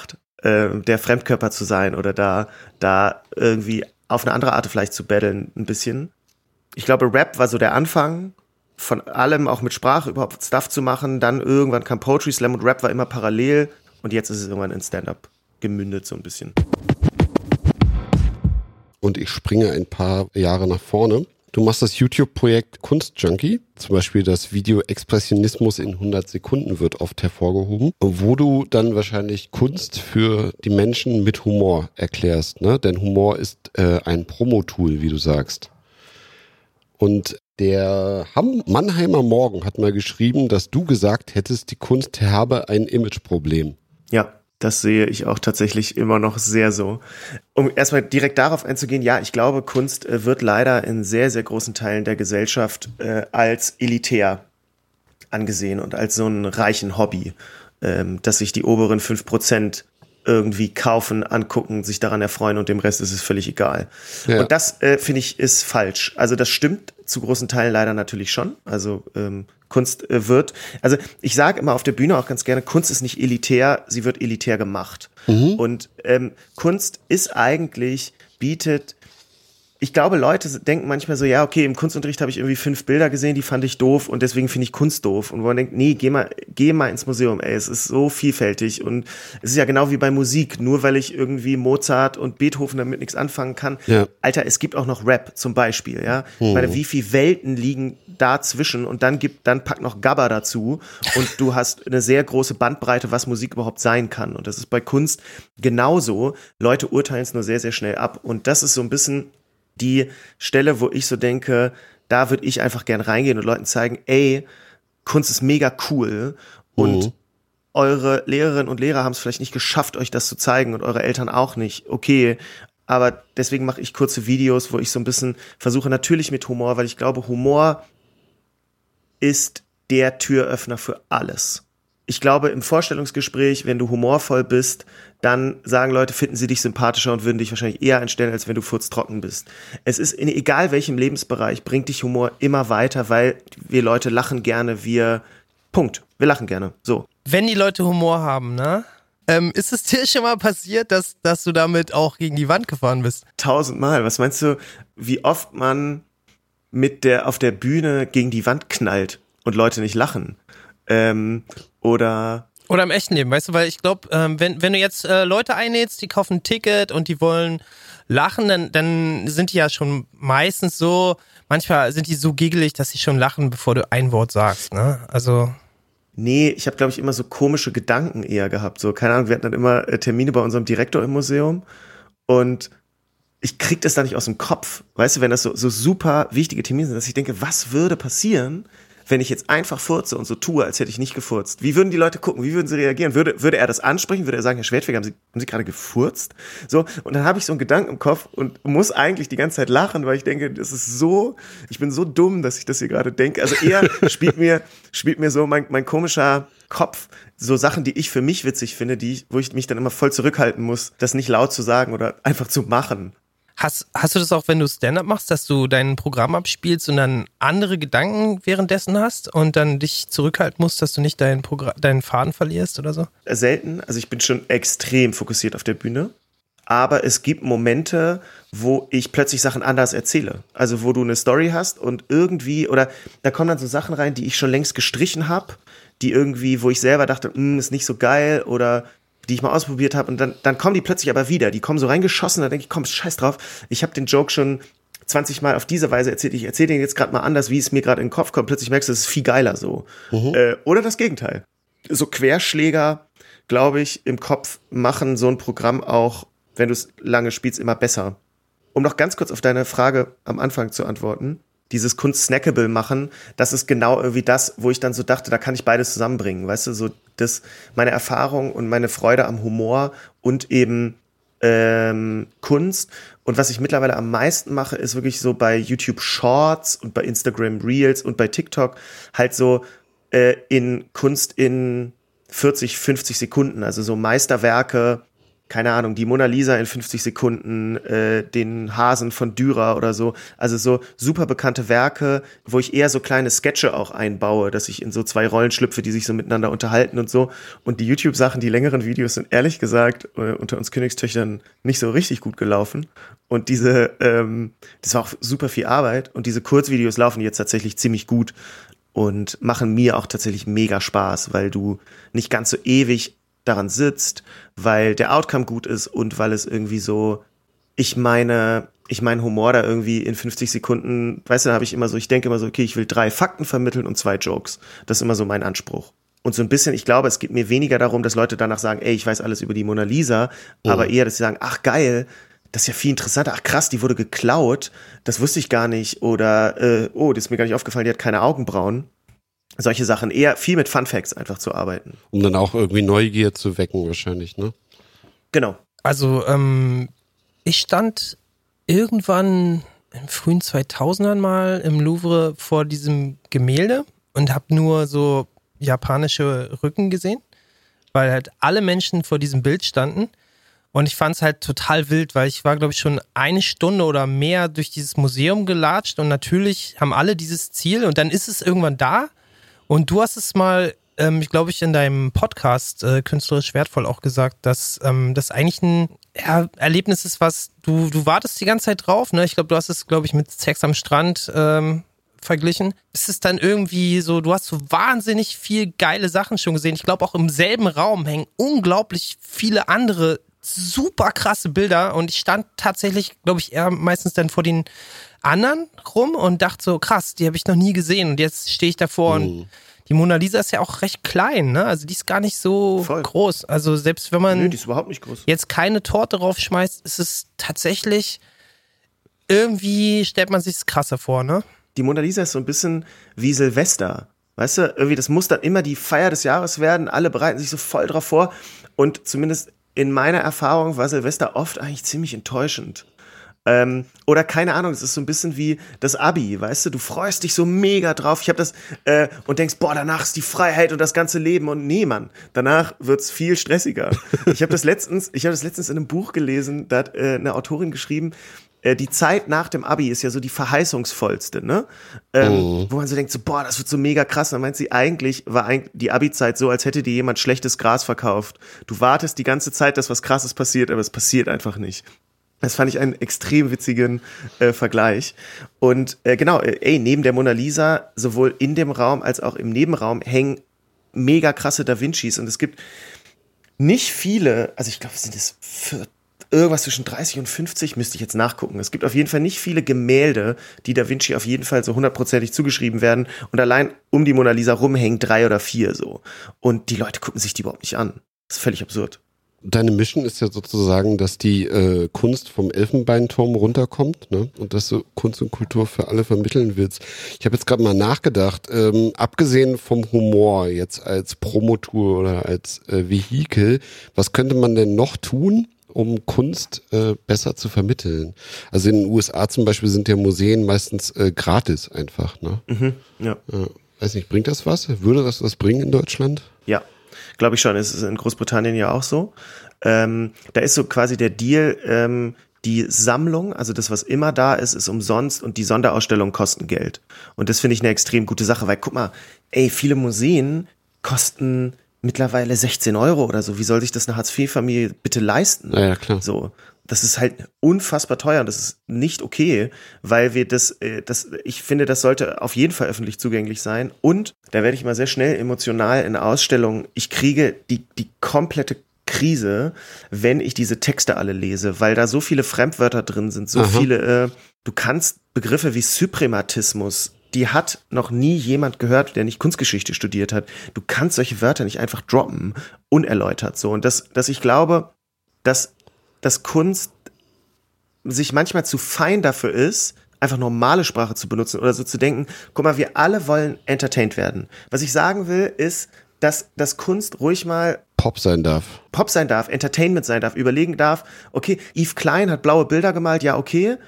äh, der Fremdkörper zu sein oder da, da irgendwie auf eine andere Art vielleicht zu battlen ein bisschen. Ich glaube, Rap war so der Anfang von allem, auch mit Sprache überhaupt Stuff zu machen. Dann irgendwann kam Poetry Slam und Rap war immer parallel und jetzt ist es irgendwann in Stand-Up gemündet so ein bisschen. Und ich springe ein paar Jahre nach vorne. Du machst das YouTube-Projekt Kunstjunkie, zum Beispiel das Video Expressionismus in hundert Sekunden wird oft hervorgehoben, wo du dann wahrscheinlich Kunst für die Menschen mit Humor erklärst, ne? Denn Humor ist äh, ein Promo-Tool, wie du sagst. Und der Ham- Mannheimer Morgen hat mal geschrieben, dass du gesagt hättest, die Kunst habe ein Imageproblem. Ja. Das sehe ich auch tatsächlich immer noch sehr so. Um erstmal direkt darauf einzugehen, ja, ich glaube, Kunst äh, wird leider in sehr, sehr großen Teilen der Gesellschaft äh, als elitär angesehen und als so ein reichen Hobby, ähm, dass sich die oberen fünf Prozent irgendwie kaufen, angucken, sich daran erfreuen und dem Rest ist es völlig egal. Ja. Und das, äh, finde ich, ist falsch. Also das stimmt zu großen Teilen leider natürlich schon. Also ähm, Kunst äh, wird, also ich sage immer auf der Bühne auch ganz gerne, Kunst ist nicht elitär, sie wird elitär gemacht. Mhm. Und ähm, Kunst ist eigentlich, bietet, ich glaube, Leute denken manchmal so, ja, okay, im Kunstunterricht habe ich irgendwie fünf Bilder gesehen, die fand ich doof und deswegen finde ich Kunst doof. Und wo man denkt, nee, geh mal, geh mal ins Museum, ey, es ist so vielfältig und es ist ja genau wie bei Musik, nur weil ich irgendwie Mozart und Beethoven damit nichts anfangen kann. Ja. Alter, es gibt auch noch Rap zum Beispiel, ja. Mhm. Ich meine, wie viele Welten liegen dazwischen und dann gibt, dann pack noch Gabba dazu und du hast eine sehr große Bandbreite, was Musik überhaupt sein kann. Und das ist bei Kunst genauso. Leute urteilen es nur sehr, sehr schnell ab. Und das ist so ein bisschen die Stelle, wo ich so denke, da würde ich einfach gern reingehen und Leuten zeigen, ey, Kunst ist mega cool und mhm. eure Lehrerinnen und Lehrer haben es vielleicht nicht geschafft, euch das zu zeigen und eure Eltern auch nicht. Okay, aber deswegen mache ich kurze Videos, wo ich so ein bisschen versuche, natürlich mit Humor, weil ich glaube, Humor ist der Türöffner für alles. Ich glaube, im Vorstellungsgespräch, wenn du humorvoll bist, dann sagen Leute, finden sie dich sympathischer und würden dich wahrscheinlich eher einstellen, als wenn du furztrocken bist. Es ist in egal welchem Lebensbereich, bringt dich Humor immer weiter, weil wir Leute lachen gerne, wir, Punkt, wir lachen gerne, so. Wenn die Leute Humor haben, ne? Ähm, ist es dir schon mal passiert, dass, dass du damit auch gegen die Wand gefahren bist? Tausendmal. Was meinst du, wie oft man mit der, auf der Bühne gegen die Wand knallt und Leute nicht lachen? Ähm, oder... Oder im echten Leben, weißt du, weil ich glaube, ähm, wenn, wenn du jetzt äh, Leute einlädst, die kaufen ein Ticket und die wollen lachen, dann, dann sind die ja schon meistens so, manchmal sind die so giggelig, dass sie schon lachen, bevor du ein Wort sagst, ne? Also... Nee, ich habe, glaube ich, immer so komische Gedanken eher gehabt. So, keine Ahnung, wir hatten dann immer äh, Termine bei unserem Direktor im Museum und ich krieg das da nicht aus dem Kopf. Weißt du, wenn das so, so super wichtige Termine sind, dass ich denke, was würde passieren, wenn ich jetzt einfach furze und so tue, als hätte ich nicht gefurzt? Wie würden die Leute gucken? Wie würden sie reagieren? Würde, würde er das ansprechen? Würde er sagen, Herr Schwertfeger, haben Sie, haben Sie gerade gefurzt? So, und dann habe ich so einen Gedanken im Kopf und muss eigentlich die ganze Zeit lachen, weil ich denke, das ist so, ich bin so dumm, dass ich das hier gerade denke. Also eher spielt mir, spielt mir so mein, mein komischer Kopf so Sachen, die ich für mich witzig finde, die ich, wo ich mich dann immer voll zurückhalten muss, das nicht laut zu sagen oder einfach zu machen. Hast, hast du das auch, wenn du Stand-Up machst, dass du dein Programm abspielst und dann andere Gedanken währenddessen hast und dann dich zurückhalten musst, dass du nicht deinen, Progr- deinen Faden verlierst oder so? Selten. Also ich bin schon extrem fokussiert auf der Bühne. Aber es gibt Momente, wo ich plötzlich Sachen anders erzähle. Also wo du eine Story hast und irgendwie, oder da kommen dann so Sachen rein, die ich schon längst gestrichen habe, die irgendwie, wo ich selber dachte, ist nicht so geil oder die ich mal ausprobiert habe und dann, dann kommen die plötzlich aber wieder. Die kommen so reingeschossen, da denke ich, komm, scheiß drauf. Ich habe den Joke schon zwanzig Mal auf diese Weise erzählt. Ich erzähle den jetzt gerade mal anders, wie es mir gerade in den Kopf kommt. Plötzlich merkst du, es ist viel geiler so. Mhm. Äh, oder das Gegenteil. So Querschläger, glaube ich, im Kopf machen so ein Programm auch, wenn du es lange spielst, immer besser. Um noch ganz kurz auf deine Frage am Anfang zu antworten. Dieses Kunst-Snackable machen, das ist genau irgendwie das, wo ich dann so dachte, da kann ich beides zusammenbringen, weißt du, so das, meine Erfahrung und meine Freude am Humor und eben ähm, Kunst. Und was ich mittlerweile am meisten mache, ist wirklich so bei YouTube Shorts und bei Instagram Reels und bei TikTok halt so äh, in Kunst in vierzig, fünfzig Sekunden, also so Meisterwerke, keine Ahnung, die Mona Lisa in fünfzig Sekunden, äh, den Hasen von Dürer oder so. Also so super bekannte Werke, wo ich eher so kleine Sketche auch einbaue, dass ich in so zwei Rollen schlüpfe, die sich so miteinander unterhalten und so. Und die YouTube-Sachen, die längeren Videos sind ehrlich gesagt äh, unter uns Königstöchtern nicht so richtig gut gelaufen. Und diese, ähm, das war auch super viel Arbeit. Und diese Kurzvideos laufen jetzt tatsächlich ziemlich gut und machen mir auch tatsächlich mega Spaß, weil du nicht ganz so ewig daran sitzt, weil der Outcome gut ist und weil es irgendwie so, ich meine, ich meine Humor da irgendwie in fünfzig Sekunden, weißt du, da habe ich immer so, ich denke immer so, okay, ich will drei Fakten vermitteln und zwei Jokes. Das ist immer so mein Anspruch. Und so ein bisschen, ich glaube, es geht mir weniger darum, dass Leute danach sagen, ey, ich weiß alles über die Mona Lisa, mhm. aber eher, dass sie sagen, ach geil, das ist ja viel interessanter, ach krass, die wurde geklaut, das wusste ich gar nicht, oder äh, oh, das ist mir gar nicht aufgefallen, die hat keine Augenbrauen. Solche Sachen, eher viel mit Fun Facts einfach zu arbeiten. Um dann auch irgendwie Neugier zu wecken wahrscheinlich, ne? Genau. Also ähm, ich stand irgendwann in frühen zweitausendern mal im Louvre vor diesem Gemälde und habe nur so japanische Rücken gesehen, weil halt alle Menschen vor diesem Bild standen. Und ich fand es halt total wild, weil ich war, glaube ich, schon eine Stunde oder mehr durch dieses Museum gelatscht und natürlich haben alle dieses Ziel und dann ist es irgendwann da und du hast es mal, ähm, ich glaube ich, in deinem Podcast äh, künstlerisch wertvoll auch gesagt, dass ähm, das eigentlich ein ja, Erlebnis ist, was du, du wartest die ganze Zeit drauf, ne? Ich glaube, du hast es, glaube ich, mit Sex am Strand ähm, verglichen. Es ist dann irgendwie so, du hast so wahnsinnig viel geile Sachen schon gesehen. Ich glaube, auch im selben Raum hängen unglaublich viele andere super krasse Bilder und ich stand tatsächlich, glaube ich, eher meistens dann vor den anderen rum und dachte so, krass, die habe ich noch nie gesehen und jetzt stehe ich davor mhm. und die Mona Lisa ist ja auch recht klein, ne? Also die ist gar nicht so Voll. groß. Also selbst wenn man Nö, die ist überhaupt nicht groß. jetzt keine Torte draufschmeißt, ist es tatsächlich irgendwie, stellt man sich es krasser vor, ne? Die Mona Lisa ist so ein bisschen wie Silvester. Weißt du, irgendwie das muss dann immer die Feier des Jahres werden, alle bereiten sich so voll drauf vor und zumindest in meiner Erfahrung war Silvester oft eigentlich ziemlich enttäuschend. Ähm, oder keine Ahnung, es ist so ein bisschen wie das Abi, weißt du, du freust dich so mega drauf, ich habe das äh, und denkst, boah, danach ist die Freiheit und das ganze Leben und nee, Mann, danach wird's viel stressiger. Ich habe das letztens, ich habe das letztens in einem Buch gelesen, da hat äh, eine Autorin geschrieben, äh, die Zeit nach dem Abi ist ja so die verheißungsvollste, ne? Ähm, oh. Wo man so denkt, so, boah, das wird so mega krass. Und dann meint sie, eigentlich war eigentlich die Abi-Zeit so, als hätte dir jemand schlechtes Gras verkauft. Du wartest die ganze Zeit, dass was Krasses passiert, aber es passiert einfach nicht. Das fand ich einen extrem witzigen äh, Vergleich. Und äh, genau, äh, ey, neben der Mona Lisa, sowohl in dem Raum als auch im Nebenraum, hängen mega krasse Da Vincis. Und es gibt nicht viele, also ich glaube, sind es für irgendwas zwischen dreißig und fünfzig, müsste ich jetzt nachgucken. Es gibt auf jeden Fall nicht viele Gemälde, die Da Vinci auf jeden Fall so hundertprozentig zugeschrieben werden. Und allein um die Mona Lisa rum hängen drei oder vier so. Und die Leute gucken sich die überhaupt nicht an. Das ist völlig absurd. Deine Mission ist ja sozusagen, dass die äh, Kunst vom Elfenbeinturm runterkommt, ne? Und dass du Kunst und Kultur für alle vermitteln willst. Ich habe jetzt gerade mal nachgedacht, ähm, abgesehen vom Humor jetzt als Promotour oder als äh, Vehikel, was könnte man denn noch tun, um Kunst äh, besser zu vermitteln? Also in den U S A zum Beispiel sind ja Museen meistens äh, gratis einfach, ne? Mhm, ja. Äh, weiß nicht, bringt das was? Würde das was bringen in Deutschland? Ja. Glaube ich schon, es ist in Großbritannien ja auch so. Ähm, da ist so quasi der Deal, ähm, die Sammlung, also das, was immer da ist, ist umsonst und die Sonderausstellungen kosten Geld. Und das finde ich eine extrem gute Sache, weil guck mal, ey, viele Museen kosten mittlerweile sechzehn Euro oder so. Wie soll sich das eine Hartz-vier-Familie bitte leisten? Ja, ja, klar. So. Das ist halt unfassbar teuer und das ist nicht okay, weil wir das, äh, das, ich finde, das sollte auf jeden Fall öffentlich zugänglich sein. Und da werde ich mal sehr schnell emotional in Ausstellungen. Ich kriege die, die komplette Krise, wenn ich diese Texte alle lese, weil da so viele Fremdwörter drin sind, so Aha. viele, äh, du kannst Begriffe wie Suprematismus, die hat noch nie jemand gehört, der nicht Kunstgeschichte studiert hat. Du kannst solche Wörter nicht einfach droppen, unerläutert so. Und das, dass ich glaube, dass dass Kunst sich manchmal zu fein dafür ist, einfach normale Sprache zu benutzen oder so zu denken, guck mal, wir alle wollen entertained werden. Was ich sagen will, ist, dass, dass Kunst ruhig mal Pop sein darf. Pop sein darf, Entertainment sein darf, überlegen darf, okay, Yves Klein hat blaue Bilder gemalt, ja, okay,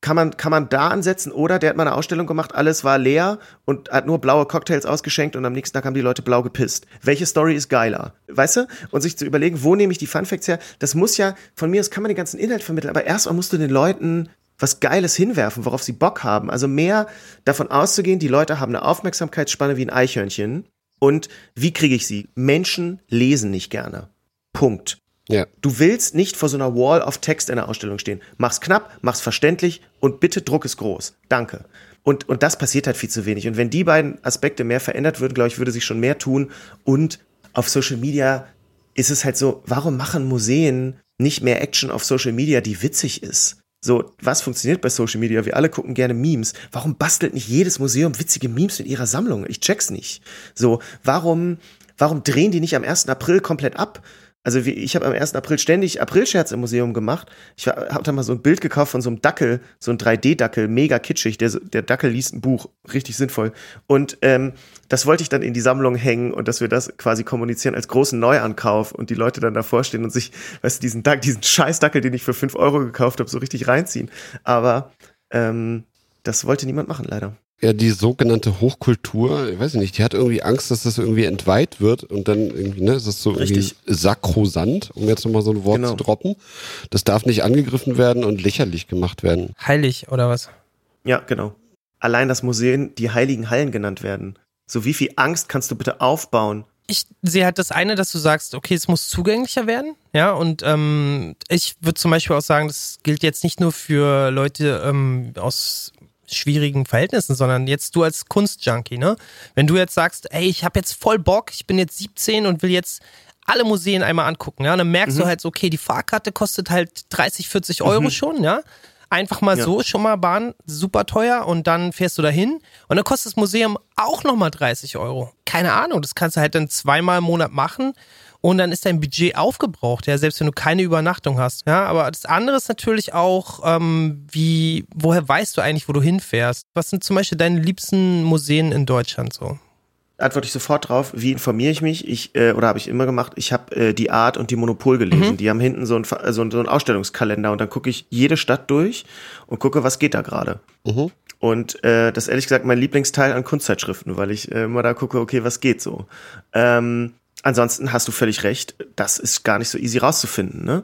kann man, kann man da ansetzen, oder der hat mal eine Ausstellung gemacht, alles war leer und hat nur blaue Cocktails ausgeschenkt und am nächsten Tag haben die Leute blau gepisst. Welche Story ist geiler? Weißt du? Und sich zu überlegen, wo nehme ich die Funfacts her? Das muss ja, von mir aus kann man den ganzen Inhalt vermitteln, aber erstmal musst du den Leuten was Geiles hinwerfen, worauf sie Bock haben. Also mehr davon auszugehen, die Leute haben eine Aufmerksamkeitsspanne wie ein Eichhörnchen. Und wie kriege ich sie? Menschen lesen nicht gerne. Punkt. Ja. Du willst nicht vor so einer Wall of Text in der Ausstellung stehen. Mach's knapp, mach's verständlich und bitte druck es groß. Danke. Und, und das passiert halt viel zu wenig. Und wenn die beiden Aspekte mehr verändert würden, glaube ich, würde sich schon mehr tun. Und auf Social Media ist es halt so, warum machen Museen nicht mehr Action auf Social Media, die witzig ist? So, was funktioniert bei Social Media? Wir alle gucken gerne Memes. Warum bastelt nicht jedes Museum witzige Memes in ihrer Sammlung? Ich check's nicht. So, warum, warum drehen die nicht am ersten April komplett ab? Also wie, ich habe am ersten April ständig Aprilscherz im Museum gemacht. Ich habe da mal so ein Bild gekauft von so einem Dackel, so ein drei D-Dackel, mega kitschig. Der, der Dackel liest ein Buch, richtig sinnvoll. Und ähm, das wollte ich dann in die Sammlung hängen und dass wir das quasi kommunizieren als großen Neuankauf und die Leute dann davor stehen und sich, weißt du, diesen, diesen scheiß Dackel, den ich für fünf Euro gekauft habe, so richtig reinziehen. Aber ähm, das wollte niemand machen, leider. Ja, die sogenannte Hochkultur, ich weiß nicht, die hat irgendwie Angst, dass das irgendwie entweiht wird und dann irgendwie, ne, ist das so Richtig. irgendwie sakrosant, um jetzt nochmal so ein Wort Genau. zu droppen. Das darf nicht angegriffen werden und lächerlich gemacht werden. Heilig, oder was? Ja, genau. Allein, dass Museen die heiligen Hallen genannt werden. So, wie viel Angst kannst du bitte aufbauen? Ich sehe halt das eine, dass du sagst, okay, es muss zugänglicher werden, ja, und ähm, ich würde zum Beispiel auch sagen, das gilt jetzt nicht nur für Leute ähm, aus schwierigen Verhältnissen, sondern jetzt du als Kunstjunkie, ne? Wenn du jetzt sagst, ey, ich habe jetzt voll Bock, ich bin jetzt siebzehn und will jetzt alle Museen einmal angucken, ja, und dann merkst Mhm. du halt so, okay, die Fahrkarte kostet halt dreißig, vierzig Euro Mhm. schon, ja? Einfach mal Ja. so, schon mal Bahn, super teuer, und dann fährst du dahin und dann kostet das Museum auch nochmal dreißig Euro. Keine Ahnung, das kannst du halt dann zweimal im Monat machen und dann ist dein Budget aufgebraucht, ja, selbst wenn du keine Übernachtung hast. Ja, aber das andere ist natürlich auch, ähm, wie, woher weißt du eigentlich, wo du hinfährst? Was sind zum Beispiel deine liebsten Museen in Deutschland so? Antworte ich sofort drauf. Wie informiere ich mich? Ich, äh, oder habe ich immer gemacht, ich habe äh, die Art und die Monopol gelesen. Mhm. Die haben hinten so einen so ein, so ein Ausstellungskalender und dann gucke ich jede Stadt durch und gucke, was geht da gerade. Mhm. Und äh, das ist ehrlich gesagt mein Lieblingsteil an Kunstzeitschriften, weil ich äh, immer da gucke, okay, was geht so. Ähm, ansonsten hast du völlig recht, das ist gar nicht so easy rauszufinden, ne?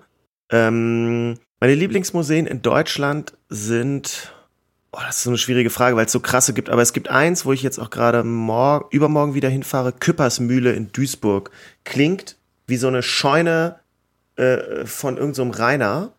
Ähm, meine Lieblingsmuseen in Deutschland sind, oh, das ist so eine schwierige Frage, weil es so krasse gibt, aber es gibt eins, wo ich jetzt auch gerade morgen, übermorgen wieder hinfahre, Küppersmühle in Duisburg. Klingt wie so eine Scheune äh, von irgendeinem so Rainer,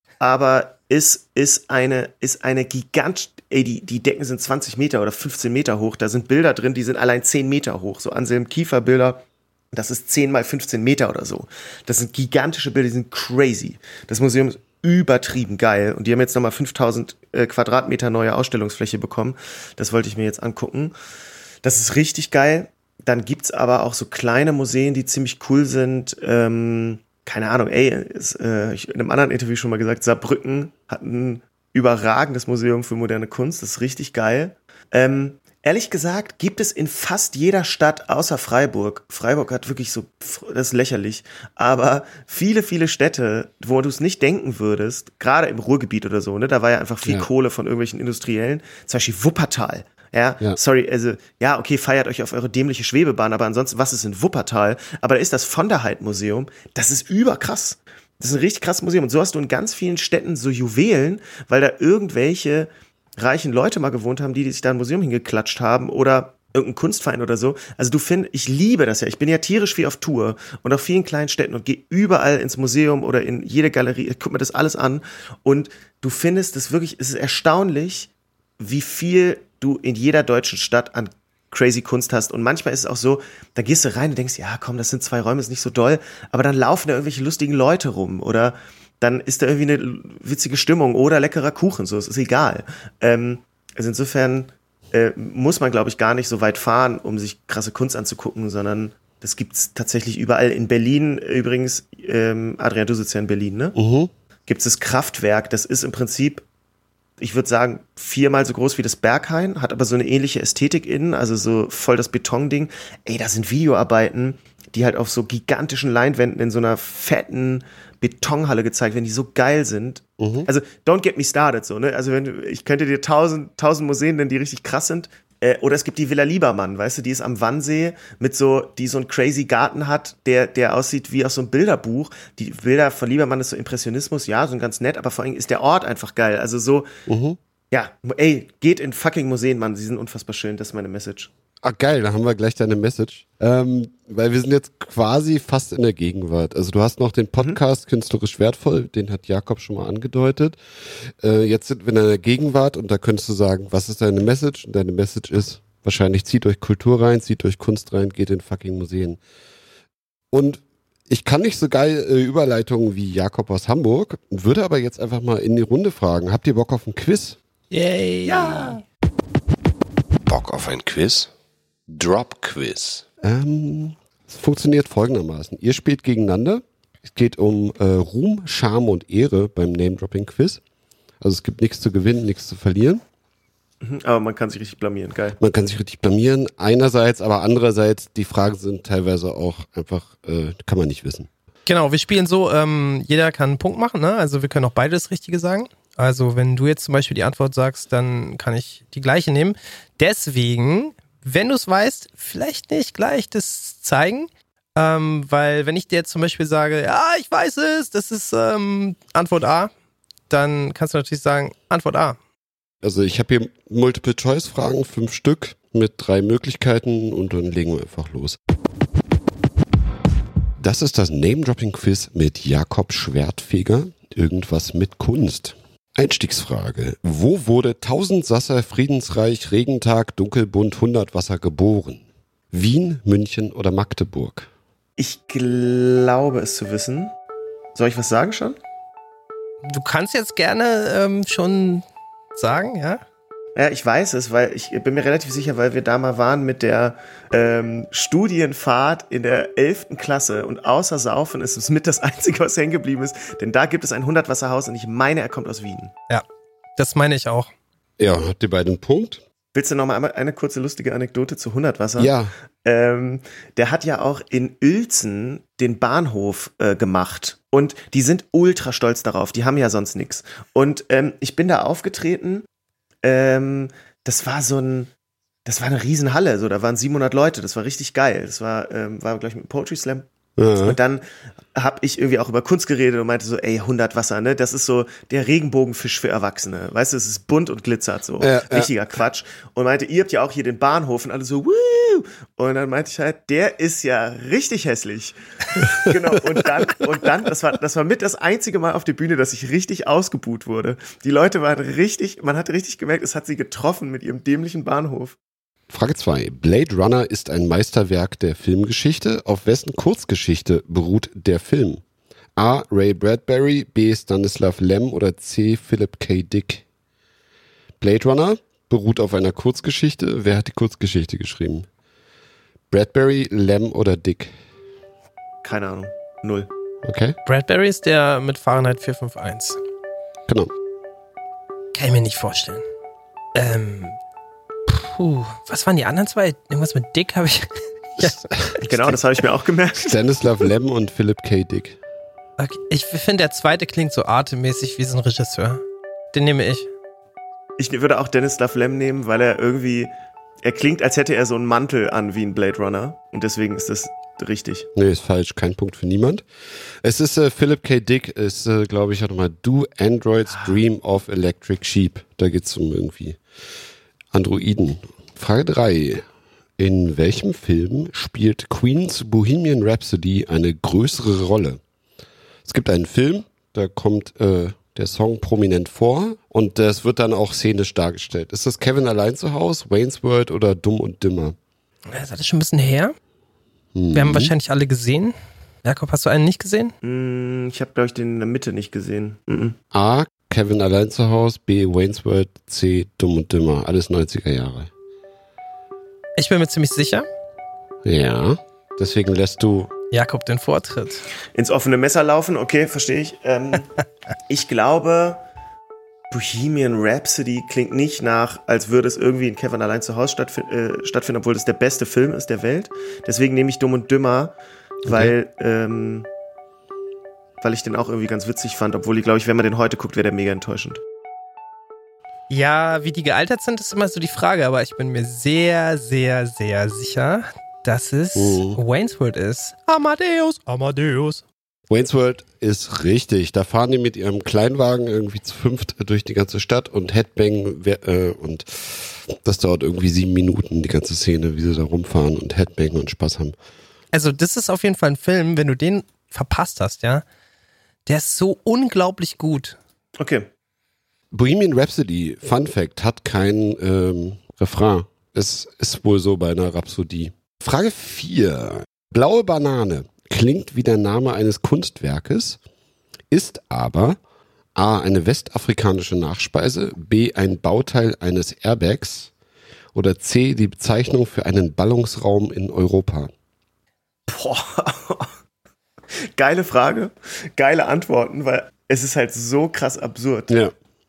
aber ist, ist eine, ist eine Gigant, ey, die, die Decken sind zwanzig Meter oder fünfzehn Meter hoch, da sind Bilder drin, die sind allein zehn Meter hoch, so Anselm Kiefer Bilder, das ist zehn mal fünfzehn Meter oder so. Das sind gigantische Bilder, die sind crazy. Das Museum ist übertrieben geil und die haben jetzt nochmal fünftausend äh, Quadratmeter neue Ausstellungsfläche bekommen. Das wollte ich mir jetzt angucken. Das ist richtig geil. Dann gibt's aber auch so kleine Museen, die ziemlich cool sind. Ähm, keine Ahnung, ey, ist, äh, ich in einem anderen Interview schon mal gesagt, Saarbrücken hat ein überragendes Museum für moderne Kunst. Das ist richtig geil. Ähm, Ehrlich gesagt gibt es in fast jeder Stadt außer Freiburg, Freiburg hat wirklich so, das ist lächerlich, aber viele, viele Städte, wo du es nicht denken würdest, gerade im Ruhrgebiet oder so, ne, da war ja einfach viel Ja. Kohle von irgendwelchen Industriellen, zum Beispiel Wuppertal, ja, Ja. sorry, also, ja, okay, feiert euch auf eure dämliche Schwebebahn, aber ansonsten, was ist in Wuppertal? Aber da ist das Von der Heydt Museum, das ist überkrass. Das ist ein richtig krasses Museum und so hast du in ganz vielen Städten so Juwelen, weil da irgendwelche reichen Leute mal gewohnt haben, die, die sich da ein Museum hingeklatscht haben oder irgendein Kunstverein oder so. Also du findest, ich liebe das ja. Ich bin ja tierisch viel auf Tour und auf vielen kleinen Städten und gehe überall ins Museum oder in jede Galerie. Ich guck mir das alles an und du findest das wirklich, es ist erstaunlich, wie viel du in jeder deutschen Stadt an crazy Kunst hast. Und manchmal ist es auch so, da gehst du rein und denkst, ja komm, das sind zwei Räume, ist nicht so doll, aber dann laufen da irgendwelche lustigen Leute rum oder dann ist da irgendwie eine witzige Stimmung oder leckerer Kuchen, so, es ist egal. Ähm, also insofern äh, muss man, glaube ich, gar nicht so weit fahren, um sich krasse Kunst anzugucken, sondern das gibt's tatsächlich überall. In Berlin übrigens, ähm, Adrian, du sitzt ja in Berlin, ne? Mhm. Gibt's das Kraftwerk, das ist im Prinzip, ich würde sagen, viermal so groß wie das Berghain, hat aber so eine ähnliche Ästhetik innen, also so voll das Betonding. Ey, da sind Videoarbeiten, die halt auf so gigantischen Leinwänden in so einer fetten Betonhalle gezeigt werden, die so geil sind. Mhm. Also, don't get me started, so, ne? Also, wenn du, ich könnte dir tausend, tausend Museen nennen, die richtig krass sind. Äh, oder es gibt die Villa Liebermann, weißt du, die ist am Wannsee mit so, die so einen crazy Garten hat, der, der aussieht wie aus so einem Bilderbuch. Die Bilder von Liebermann ist so Impressionismus, ja, so ganz nett, aber vor allem ist der Ort einfach geil. Also so, mhm. ja, ey, geht in fucking Museen, Mann, sie sind unfassbar schön, das ist meine Message. Ah, geil, da haben wir gleich deine Message. Ähm, weil wir sind jetzt quasi fast in der Gegenwart. Also du hast noch den Podcast mhm. Künstlerisch wertvoll, den hat Jakob schon mal angedeutet. Äh, jetzt sind wir in der Gegenwart und da könntest du sagen, was ist deine Message? Und deine Message ist, wahrscheinlich zieht euch Kultur rein, zieht euch Kunst rein, geht in fucking Museen. Und ich kann nicht so geil äh, Überleitungen wie Jakob aus Hamburg, würde aber jetzt einfach mal in die Runde fragen. Habt ihr Bock auf ein Quiz? Yay! Ja! Bock auf ein Quiz? Drop-Quiz. Ähm, es funktioniert folgendermaßen. Ihr spielt gegeneinander. Es geht um äh, Ruhm, Scham und Ehre beim Name-Dropping-Quiz. Also es gibt nichts zu gewinnen, nichts zu verlieren. Aber man kann sich richtig blamieren, geil. Man kann sich richtig blamieren, einerseits, aber andererseits, die Fragen sind teilweise auch einfach, äh, kann man nicht wissen. Genau, wir spielen so, ähm, jeder kann einen Punkt machen, ne? Also wir können auch beide das Richtige sagen. Also wenn du jetzt zum Beispiel die Antwort sagst, dann kann ich die gleiche nehmen. Deswegen, wenn du es weißt, vielleicht nicht gleich das zeigen, ähm, weil wenn ich dir jetzt zum Beispiel sage, ja, ich weiß es, das ist ähm, Antwort A, dann kannst du natürlich sagen, Antwort A. Also ich habe hier Multiple-Choice-Fragen, fünf Stück mit drei Möglichkeiten und dann legen wir einfach los. Das ist das Name-Dropping-Quiz mit Jakob Schwertfeger, irgendwas mit Kunst. Einstiegsfrage. Wo wurde Tausendsasser, Friedensreich, Regentag, Dunkelbunt, Hundertwasser geboren? Wien, München oder Magdeburg? Ich glaube es zu wissen. Soll ich was sagen schon? Du kannst jetzt gerne ähm, schon sagen, ja? Ja, ich weiß es, weil ich bin mir relativ sicher, weil wir da mal waren mit der ähm, Studienfahrt in der elften Klasse und außer Saufen ist es mit das Einzige, was hängen geblieben ist, denn da gibt es ein Hundertwasserhaus und ich meine, er kommt aus Wien. Ja, das meine ich auch. Ja, habt ihr beide einen Punkt? Willst du noch mal eine kurze lustige Anekdote zu Hundertwasser? Ja. Ähm, der hat ja auch in Uelzen den Bahnhof äh, gemacht und die sind ultra stolz darauf, die haben ja sonst nichts. Und ähm, ich bin da aufgetreten. Ähm, das war so ein, das war eine Riesenhalle, so, da waren siebenhundert Leute, das war richtig geil. Das war, ähm, war gleich mit dem Poetry Slam. Ja. Und dann habe ich irgendwie auch über Kunst geredet und meinte so, ey, Hundertwasser, ne, das ist so der Regenbogenfisch für Erwachsene. Weißt du, es ist bunt und glitzert so. Ja, richtiger ja. Quatsch. Und meinte, ihr habt ja auch hier den Bahnhof und alle so, wuh! Und dann meinte ich halt, der ist ja richtig hässlich. Genau. Und dann, und dann, das war, das war mit das einzige Mal auf der Bühne, dass ich richtig ausgebuht wurde. Die Leute waren richtig, man hat richtig gemerkt, es hat sie getroffen mit ihrem dämlichen Bahnhof. Frage zwei. Blade Runner ist ein Meisterwerk der Filmgeschichte. Auf wessen Kurzgeschichte beruht der Film? A. Ray Bradbury, B. Stanislav Lem oder C. Philip K. Dick? Blade Runner beruht auf einer Kurzgeschichte. Wer hat die Kurzgeschichte geschrieben? Bradbury, Lem oder Dick? Keine Ahnung. Null. Okay. Bradbury ist der mit Fahrenheit vier fünf eins. Genau. Kann ich mir nicht vorstellen. Ähm... Puh, was waren die anderen zwei? Irgendwas mit Dick habe ich... ja. Genau, das habe ich mir auch gemerkt. Stanislav Lem und Philip K. Dick. Okay. Ich finde, der zweite klingt so atemmäßig wie so ein Regisseur. Den nehme ich. Ich würde auch Stanislav Lem nehmen, weil er irgendwie... Er klingt, als hätte er so einen Mantel an wie ein Blade Runner. Und deswegen ist das richtig. Nee, ist falsch. Kein Punkt für niemand. Es ist äh, Philip K. Dick, ist, äh, glaube ich, warte mal, Do Androids Dream of Electric Sheep. Da geht es um irgendwie... Androiden. Frage drei. In welchem Film spielt Queen's Bohemian Rhapsody eine größere Rolle? Es gibt einen Film, da kommt äh, der Song prominent vor und das wird dann auch szenisch dargestellt. Ist das Kevin allein zu Hause, Wayne's World oder Dumm und Dümmer? Das ist schon ein bisschen her. Mhm. Wir haben wahrscheinlich alle gesehen. Jakob, hast du einen nicht gesehen? Mm, ich habe, glaube ich, den in der Mitte nicht gesehen. Mhm. A. Kevin allein zu Hause, B. Wayne's World, C. Dumm und Dümmer. Alles neunziger Jahre. Ich bin mir ziemlich sicher. Ja, deswegen lässt du Jakob den Vortritt. Ins offene Messer laufen, okay, verstehe ich. Ähm, ich glaube, Bohemian Rhapsody klingt nicht nach, als würde es irgendwie in Kevin allein zu Hause stattf- äh, stattfinden, obwohl das der beste Film ist der Welt. Deswegen nehme ich Dumm und Dümmer. weil, ähm, weil ich den auch irgendwie ganz witzig fand, obwohl ich glaube ich, wenn man den heute guckt, wäre der mega enttäuschend. Ja, wie die gealtert sind, ist immer so die Frage, aber ich bin mir sehr, sehr, sehr sicher, dass es Mhm. Wayne's World ist. Amadeus, Amadeus. Wayne's World ist richtig. Da fahren die mit ihrem Kleinwagen irgendwie zu fünft durch die ganze Stadt und Headbang äh, und das dauert irgendwie sieben Minuten, die ganze Szene, wie sie da rumfahren und Headbang und Spaß haben. Also das ist auf jeden Fall ein Film, wenn du den verpasst hast, ja, der ist so unglaublich gut. Okay. Bohemian Rhapsody, Fun Fact, hat kein ähm, Refrain. Es ist wohl so bei einer Rhapsodie. Frage vier. Blaue Banane klingt wie der Name eines Kunstwerkes, ist aber A. eine westafrikanische Nachspeise, B. ein Bauteil eines Airbags oder C. die Bezeichnung für einen Ballungsraum in Europa. Boah. Geile Frage, geile Antworten, weil es ist halt so krass absurd. Ja.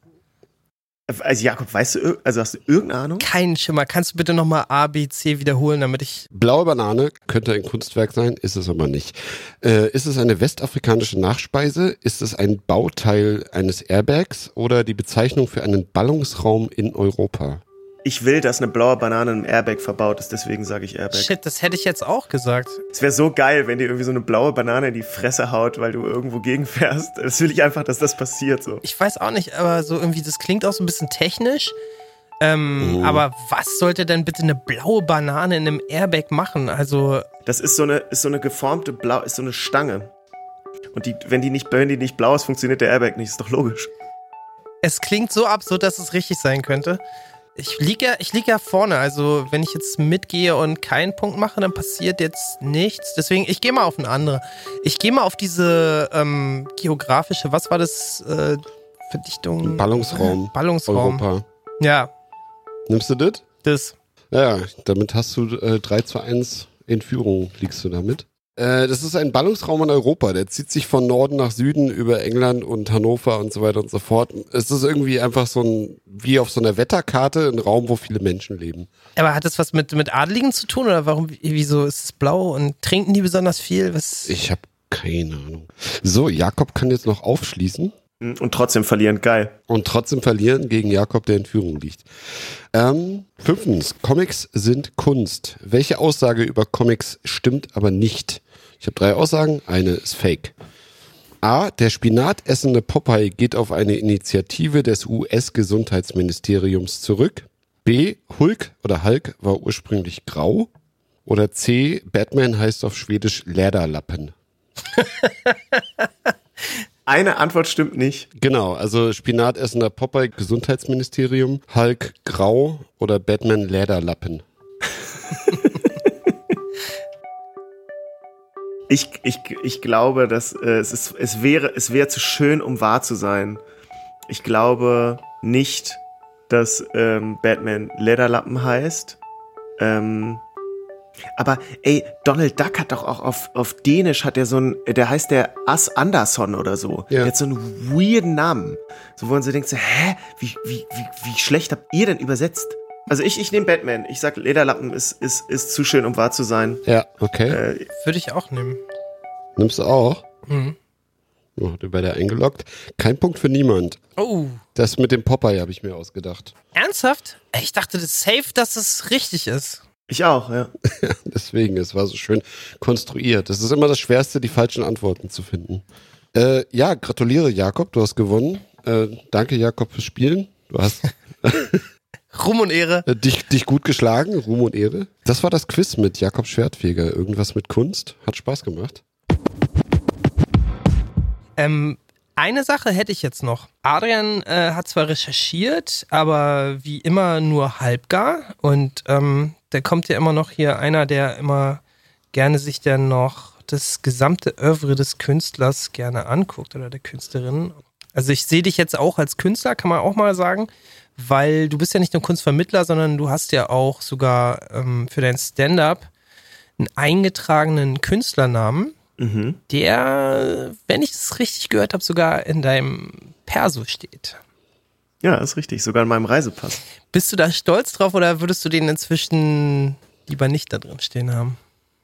Also Jakob, weißt du, ir- also hast du irgendeine Ahnung? Kein Schimmer. Kannst du bitte nochmal A, B, C wiederholen, damit ich... Blaue Banane könnte ein Kunstwerk sein, ist es aber nicht. Äh, ist es eine westafrikanische Nachspeise? Ist es ein Bauteil eines Airbags oder die Bezeichnung für einen Ballungsraum in Europa? Ich will, dass eine blaue Banane im Airbag verbaut ist, deswegen sage ich Airbag. Shit, das hätte ich jetzt auch gesagt. Es wäre so geil, wenn dir irgendwie so eine blaue Banane in die Fresse haut, weil du irgendwo gegenfährst. Das will ich einfach, dass das passiert so. Ich weiß auch nicht, aber so irgendwie, das klingt auch so ein bisschen technisch. Ähm, Oh. Aber was sollte denn bitte eine blaue Banane in einem Airbag machen? Also, Das ist so eine, ist so eine geformte Blau, ist so eine Stange. Und die, wenn die nicht, wenn die nicht blau ist, funktioniert der Airbag nicht. Ist doch logisch. es klingt so absurd, dass es richtig sein könnte. Ich liege ja, ich lieg ja vorne, also wenn ich jetzt mitgehe und keinen Punkt mache, dann passiert jetzt nichts. Deswegen, ich gehe mal auf eine andere. Ich gehe mal auf diese ähm, geografische, was war das? Äh, Verdichtung? Ballungsraum, Ballungsraum. Europa. Ja, Nimmst du das? das. Ja, damit hast du äh, drei zu eins in Führung, liegst du damit. Äh, das ist ein Ballungsraum in Europa, der zieht sich von Norden nach Süden über England und Hannover und so weiter und so fort. Es ist irgendwie einfach so ein, wie auf so einer Wetterkarte, ein Raum, wo viele Menschen leben. Aber hat das was mit, mit Adeligen zu tun oder warum, wieso ist es blau und trinken die besonders viel? Was? Ich habe keine Ahnung. So, Jakob kann jetzt noch aufschließen Und trotzdem verlieren, geil. und trotzdem verlieren gegen Jakob, der in Führung liegt. Ähm, fünftens, Comics sind Kunst. Welche Aussage über Comics stimmt aber nicht? Ich habe drei Aussagen, eine ist fake. A. Der spinatessende Popeye geht auf eine Initiative des U S-Gesundheitsministeriums zurück. B. Hulk oder Hulk war ursprünglich grau. Oder C. Batman heißt auf Schwedisch Lederlappen. Eine Antwort stimmt nicht. Genau, also spinatessender Popeye, Gesundheitsministerium, Hulk grau oder Batman Lederlappen. Ich, ich, ich glaube, dass äh, es, ist, es, wäre, es wäre zu schön, um wahr zu sein. Ich glaube nicht, dass ähm, Batman Lederlappen heißt. Ähm, aber ey, Donald Duck hat doch auch auf, auf Dänisch hat er so ein, der heißt der As Andersson oder so. Ja. Der hat so einen weirden Namen. So, wo man so denkt, so, hä, wie, wie, wie, wie schlecht habt ihr denn übersetzt? Also ich, ich nehme Batman. Ich sag, Lederlappen ist, ist, ist zu schön, um wahr zu sein. Ja, okay. Äh, Würde ich auch nehmen. Nimmst du auch? Mhm. Oh, hat er bei der eingeloggt. Kein Punkt für niemand. Oh, Das mit dem Popeye habe ich mir ausgedacht. ernsthaft? Ich dachte, das ist safe, dass es richtig ist. ich auch, ja. Deswegen, es war so schön konstruiert. Es ist immer das Schwerste, die falschen Antworten zu finden. Äh, ja, gratuliere Jakob, du hast gewonnen. Äh, danke Jakob fürs Spielen. Du hast Ruhm und Ehre. äh, dich, dich gut geschlagen, Ruhm und Ehre. Das war das Quiz mit Jakob Schwertfeger. Irgendwas mit Kunst. Hat Spaß gemacht. Ähm, eine Sache hätte ich jetzt noch. Adrian äh, hat zwar recherchiert, aber wie immer nur halbgar. Und ähm, da kommt ja immer noch hier einer, der immer gerne sich dann noch das gesamte Œuvre des Künstlers gerne anguckt oder der Künstlerin. Also ich sehe dich jetzt auch als Künstler, kann man auch mal sagen, weil du bist ja nicht nur Kunstvermittler, sondern du hast ja auch sogar ähm, für dein Stand-up einen eingetragenen Künstlernamen, Mhm. der, wenn ich es richtig gehört habe, sogar in deinem Perso steht. Ja, ist richtig. Sogar in meinem Reisepass. Bist du da stolz drauf oder würdest du den inzwischen lieber nicht da drin stehen haben?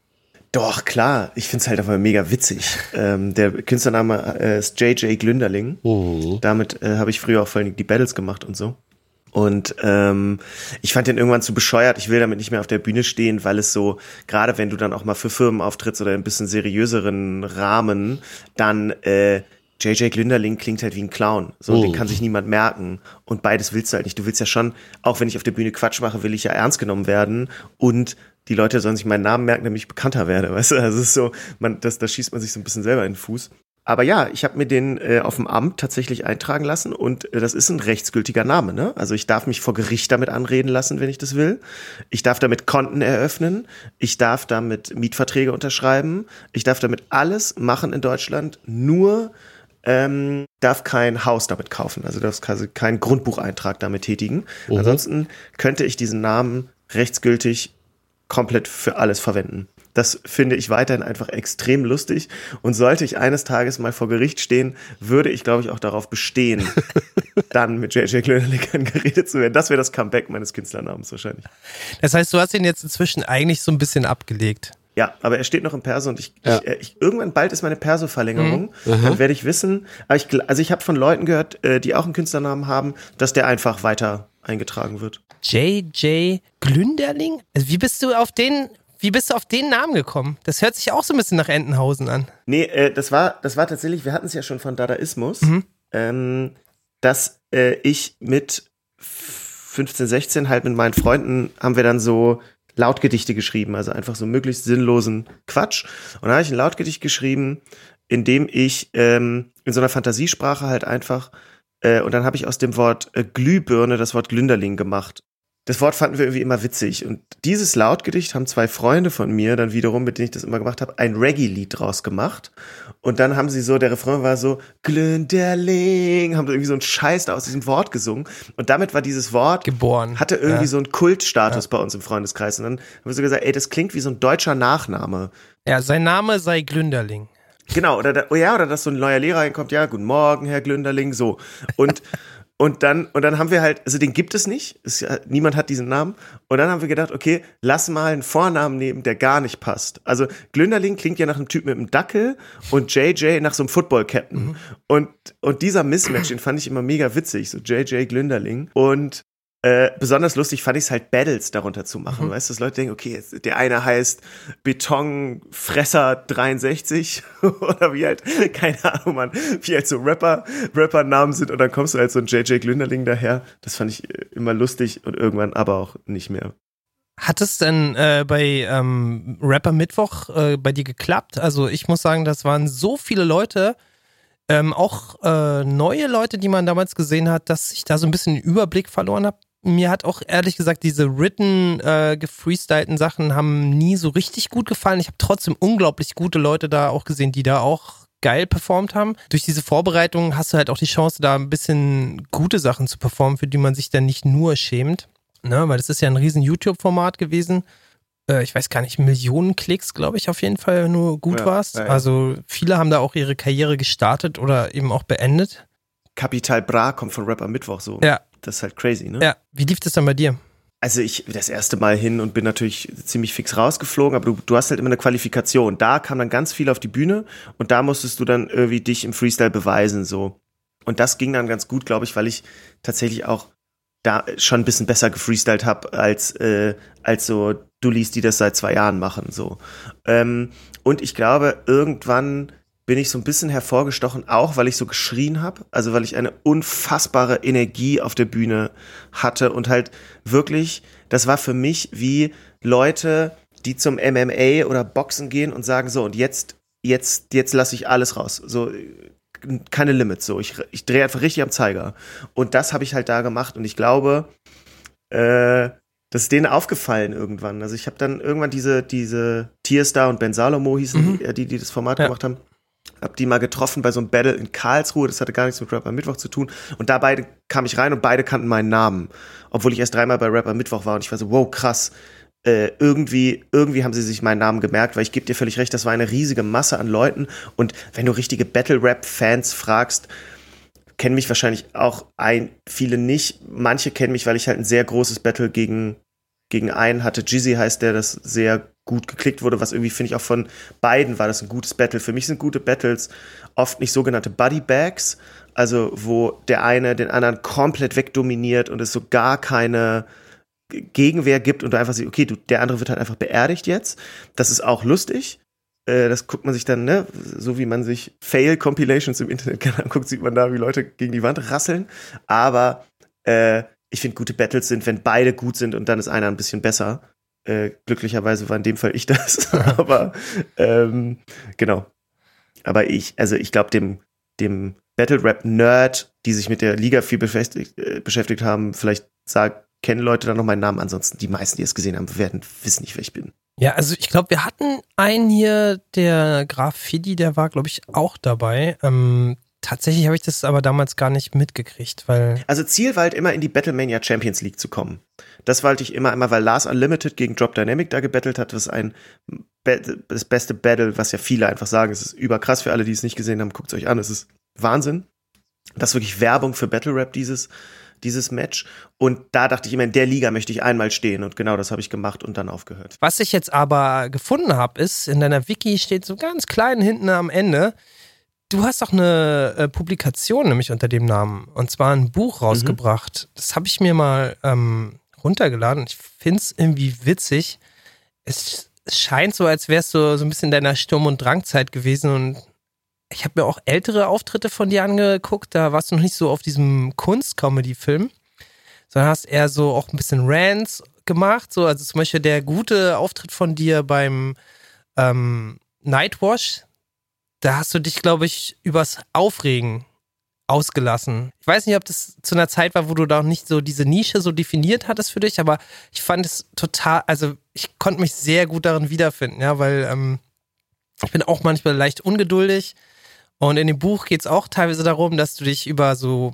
Doch, klar. Ich find's halt einfach mega witzig. ähm, der Künstlername äh, ist J J Glünderling. Mhm. Damit äh, habe ich früher auch vor allem die Battles gemacht und so. Und ähm, ich fand den irgendwann zu bescheuert. Ich will damit nicht mehr auf der Bühne stehen, weil es so, gerade wenn du dann auch mal für Firmen auftrittst oder in ein bisschen seriöseren Rahmen, dann äh, J J Glünderling klingt halt wie ein Clown. So, Oh. den kann sich niemand merken. Und beides willst du halt nicht. Du willst ja schon, auch wenn ich auf der Bühne Quatsch mache, will ich ja ernst genommen werden. Und die Leute sollen sich meinen Namen merken, damit ich bekannter werde. Weißt du, also es ist so, man, das, da schießt man sich so ein bisschen selber in den Fuß. Aber ja, ich habe mir den äh, auf dem Amt tatsächlich eintragen lassen und äh, das ist ein rechtsgültiger Name, ne? Also ich darf mich vor Gericht damit anreden lassen, wenn ich das will. Ich darf damit Konten eröffnen. Ich darf damit Mietverträge unterschreiben. Ich darf damit alles machen in Deutschland. Nur ähm, darf kein Haus damit kaufen. Also darf quasi keinen Grundbucheintrag damit tätigen. Mhm. Ansonsten könnte ich diesen Namen rechtsgültig komplett für alles verwenden. Das finde ich weiterhin einfach extrem lustig. Und sollte ich eines Tages mal vor Gericht stehen, würde ich, glaube ich, auch darauf bestehen, dann mit J J Glünderling angeredet zu werden. Das wäre das Comeback meines Künstlernamens wahrscheinlich. Das heißt, du hast ihn jetzt inzwischen eigentlich so ein bisschen abgelegt. Ja, aber er steht noch im Perso und ich, Ja. ich, ich irgendwann bald ist meine Perso-Verlängerung. Mhm. Dann werde ich wissen, aber ich, also ich habe von Leuten gehört, äh, die auch einen Künstlernamen haben, dass der einfach weiter eingetragen wird. J J Glünderling? Also wie bist du auf den, wie bist du auf den Namen gekommen? Das hört sich auch so ein bisschen nach Entenhausen an. Nee, äh, das war, das war tatsächlich, wir hatten es ja schon von Dadaismus, Mhm. ähm, dass äh, ich mit fünfzehn, sechzehn halt mit meinen Freunden haben wir dann so Lautgedichte geschrieben, also einfach so möglichst sinnlosen Quatsch. Und da habe ich ein Lautgedicht geschrieben, in dem ich ähm, in so einer Fantasiesprache halt einfach, äh, und dann habe ich aus dem Wort äh, Glühbirne das Wort Glünderling gemacht. Das Wort fanden wir irgendwie immer witzig. Und dieses Lautgedicht haben zwei Freunde von mir dann wiederum, mit denen ich das immer gemacht habe, ein Reggae-Lied draus gemacht. Und dann haben sie so, der Refrain war so, Glünderling, haben irgendwie so einen Scheiß da aus diesem Wort gesungen. Und damit war dieses Wort, Geboren. hatte irgendwie Ja. so einen Kultstatus Ja. bei uns im Freundeskreis. Und dann haben wir so gesagt, ey, das klingt wie so ein deutscher Nachname. Ja, sein Name sei Glünderling. Genau, oder, da, oh ja, oder dass so ein neuer Lehrer reinkommt, ja, guten Morgen, Herr Glünderling, so. Und Und dann, und dann haben wir halt, also den gibt es nicht, ist ja, niemand hat diesen Namen. Und dann haben wir gedacht, okay, lass mal einen Vornamen nehmen, der gar nicht passt. Also Glünderling klingt ja nach einem Typ mit einem Dackel und J J nach so einem Football-Captain. Mhm. Und, und dieser Mismatch, den fand ich immer mega witzig, so J J Glünderling. Und äh, besonders lustig fand ich es halt, Battles darunter zu machen. Mhm. Weißt du, dass Leute denken, okay, jetzt, der eine heißt Betonfresser dreiundsechzig oder wie halt, keine Ahnung, man, wie halt so Rapper, Rapper-Namen sind und dann kommst du halt so ein J J Glünderling daher. Das fand ich immer lustig und irgendwann aber auch nicht mehr. Hat es denn äh, bei ähm, Rapper Mittwoch äh, bei dir geklappt? Also ich muss sagen, das waren so viele Leute, ähm, auch äh, neue Leute, die man damals gesehen hat, dass ich da so ein bisschen den Überblick verloren habe. Mir hat auch ehrlich gesagt diese written, äh, gefreestylten Sachen haben nie so richtig gut gefallen. Ich habe trotzdem unglaublich gute Leute da auch gesehen, die da auch geil performt haben. Durch diese Vorbereitung hast du halt auch die Chance, da ein bisschen gute Sachen zu performen, für die man sich dann nicht nur schämt. Ne, weil das ist ja ein riesen YouTube-Format gewesen. Äh, ich weiß gar nicht, Millionen Klicks, glaube ich, auf jeden Fall, wenn du gut ja, warst. Ja, ja. Also viele haben da auch ihre Karriere gestartet oder eben auch beendet. Capital Bra kommt von Rapper Mittwoch so. Ja. Das ist halt crazy, ne? Ja. Wie lief das dann bei dir? Also ich das erste Mal hin und bin natürlich ziemlich fix rausgeflogen, aber du, du hast halt immer eine Qualifikation. Da kam dann ganz viel auf die Bühne und da musstest du dann irgendwie dich im Freestyle beweisen, so. Und das ging dann ganz gut, glaube ich, weil ich tatsächlich auch da schon ein bisschen besser gefreestylt habe als, äh, als so Dullis, die das seit zwei Jahren machen, so. Ähm, und ich glaube, irgendwann bin ich so ein bisschen hervorgestochen, auch weil ich so geschrien habe, also weil ich eine unfassbare Energie auf der Bühne hatte und halt wirklich, das war für mich wie Leute, die zum M M A oder Boxen gehen und sagen so, und jetzt, jetzt, jetzt lasse ich alles raus, so, keine Limits, so, ich, ich drehe einfach richtig am Zeiger und das habe ich halt da gemacht und ich glaube, äh, das ist denen aufgefallen irgendwann, also ich habe dann irgendwann diese, diese Tierstar und Ben Salomo hießen mhm. die, die, die das Format ja. gemacht haben, hab die mal getroffen bei so einem Battle in Karlsruhe, das hatte gar nichts mit Rapper Mittwoch zu tun und da beide kam ich rein und beide kannten meinen Namen, obwohl ich erst dreimal bei Rapper Mittwoch war und ich war so, wow, krass, äh, irgendwie, irgendwie haben sie sich meinen Namen gemerkt, weil ich gebe dir völlig recht, das war eine riesige Masse an Leuten und wenn du richtige Battle-Rap-Fans fragst, kennen mich wahrscheinlich auch ein, viele nicht, manche kennen mich, weil ich halt ein sehr großes Battle gegen, gegen einen hatte, Jizzy heißt der, das sehr gut geklickt wurde, was irgendwie, finde ich, auch von beiden war das ein gutes Battle. Für mich sind gute Battles oft nicht sogenannte Buddy-Bags, also wo der eine den anderen komplett wegdominiert und es so gar keine Gegenwehr gibt und du einfach siehst, okay, du, der andere wird halt einfach beerdigt jetzt. Das ist auch lustig. Äh, das guckt man sich dann, ne, so wie man sich Fail-Compilations im Internet anguckt, sieht man da, wie Leute gegen die Wand rasseln. Aber äh, ich finde, gute Battles sind, wenn beide gut sind und dann ist einer ein bisschen besser. Äh, glücklicherweise war in dem Fall ich das. Aber ähm, genau. Aber ich, also ich glaube, dem, dem Battle-Rap-Nerd, die sich mit der Liga viel beschäftigt, äh, beschäftigt haben, vielleicht sagt, kennen Leute dann noch meinen Namen. Ansonsten die meisten, die es gesehen haben, werden wissen nicht, wer ich bin. Ja, also ich glaube, wir hatten einen hier, der Graf Fidi, der war, glaube ich, auch dabei. Ähm, tatsächlich habe ich das aber damals gar nicht mitgekriegt, weil... Also Ziel war halt immer in die Battlemania Champions League zu kommen. Das wollte ich immer, immer, weil Lars Unlimited gegen Drop Dynamic da gebettelt hat. Das ist ein das beste Battle, was ja viele einfach sagen. Es ist überkrass für alle, die es nicht gesehen haben. Guckt es euch an, es ist Wahnsinn. Das ist wirklich Werbung für Battle Rap, dieses dieses Match. Und da dachte ich immer, in der Liga möchte ich einmal stehen. Und genau das habe ich gemacht und dann aufgehört. Was ich jetzt aber gefunden habe, ist, in deiner Wiki steht so ganz klein hinten am Ende, du hast auch eine äh, Publikation nämlich unter dem Namen. Und zwar ein Buch rausgebracht. Mhm. Das habe ich mir mal ähm, runtergeladen. Ich finde es irgendwie witzig. Es, es scheint so, als wärst du so ein bisschen in deiner Sturm- und Drangzeit gewesen und ich habe mir auch ältere Auftritte von dir angeguckt, da warst du noch nicht so auf diesem Kunst-Comedy-Film, sondern hast eher so auch ein bisschen Rants gemacht, so, also zum Beispiel der gute Auftritt von dir beim ähm, Nightwash, da hast du dich, glaube ich, übers Aufregen ausgelassen. Ich weiß nicht, ob das zu einer Zeit war, wo du da auch nicht so diese Nische so definiert hattest für dich, aber ich fand es total, also ich konnte mich sehr gut darin wiederfinden, ja, weil ähm, ich bin auch manchmal leicht ungeduldig. Und in dem Buch geht es auch teilweise darum, dass du dich über so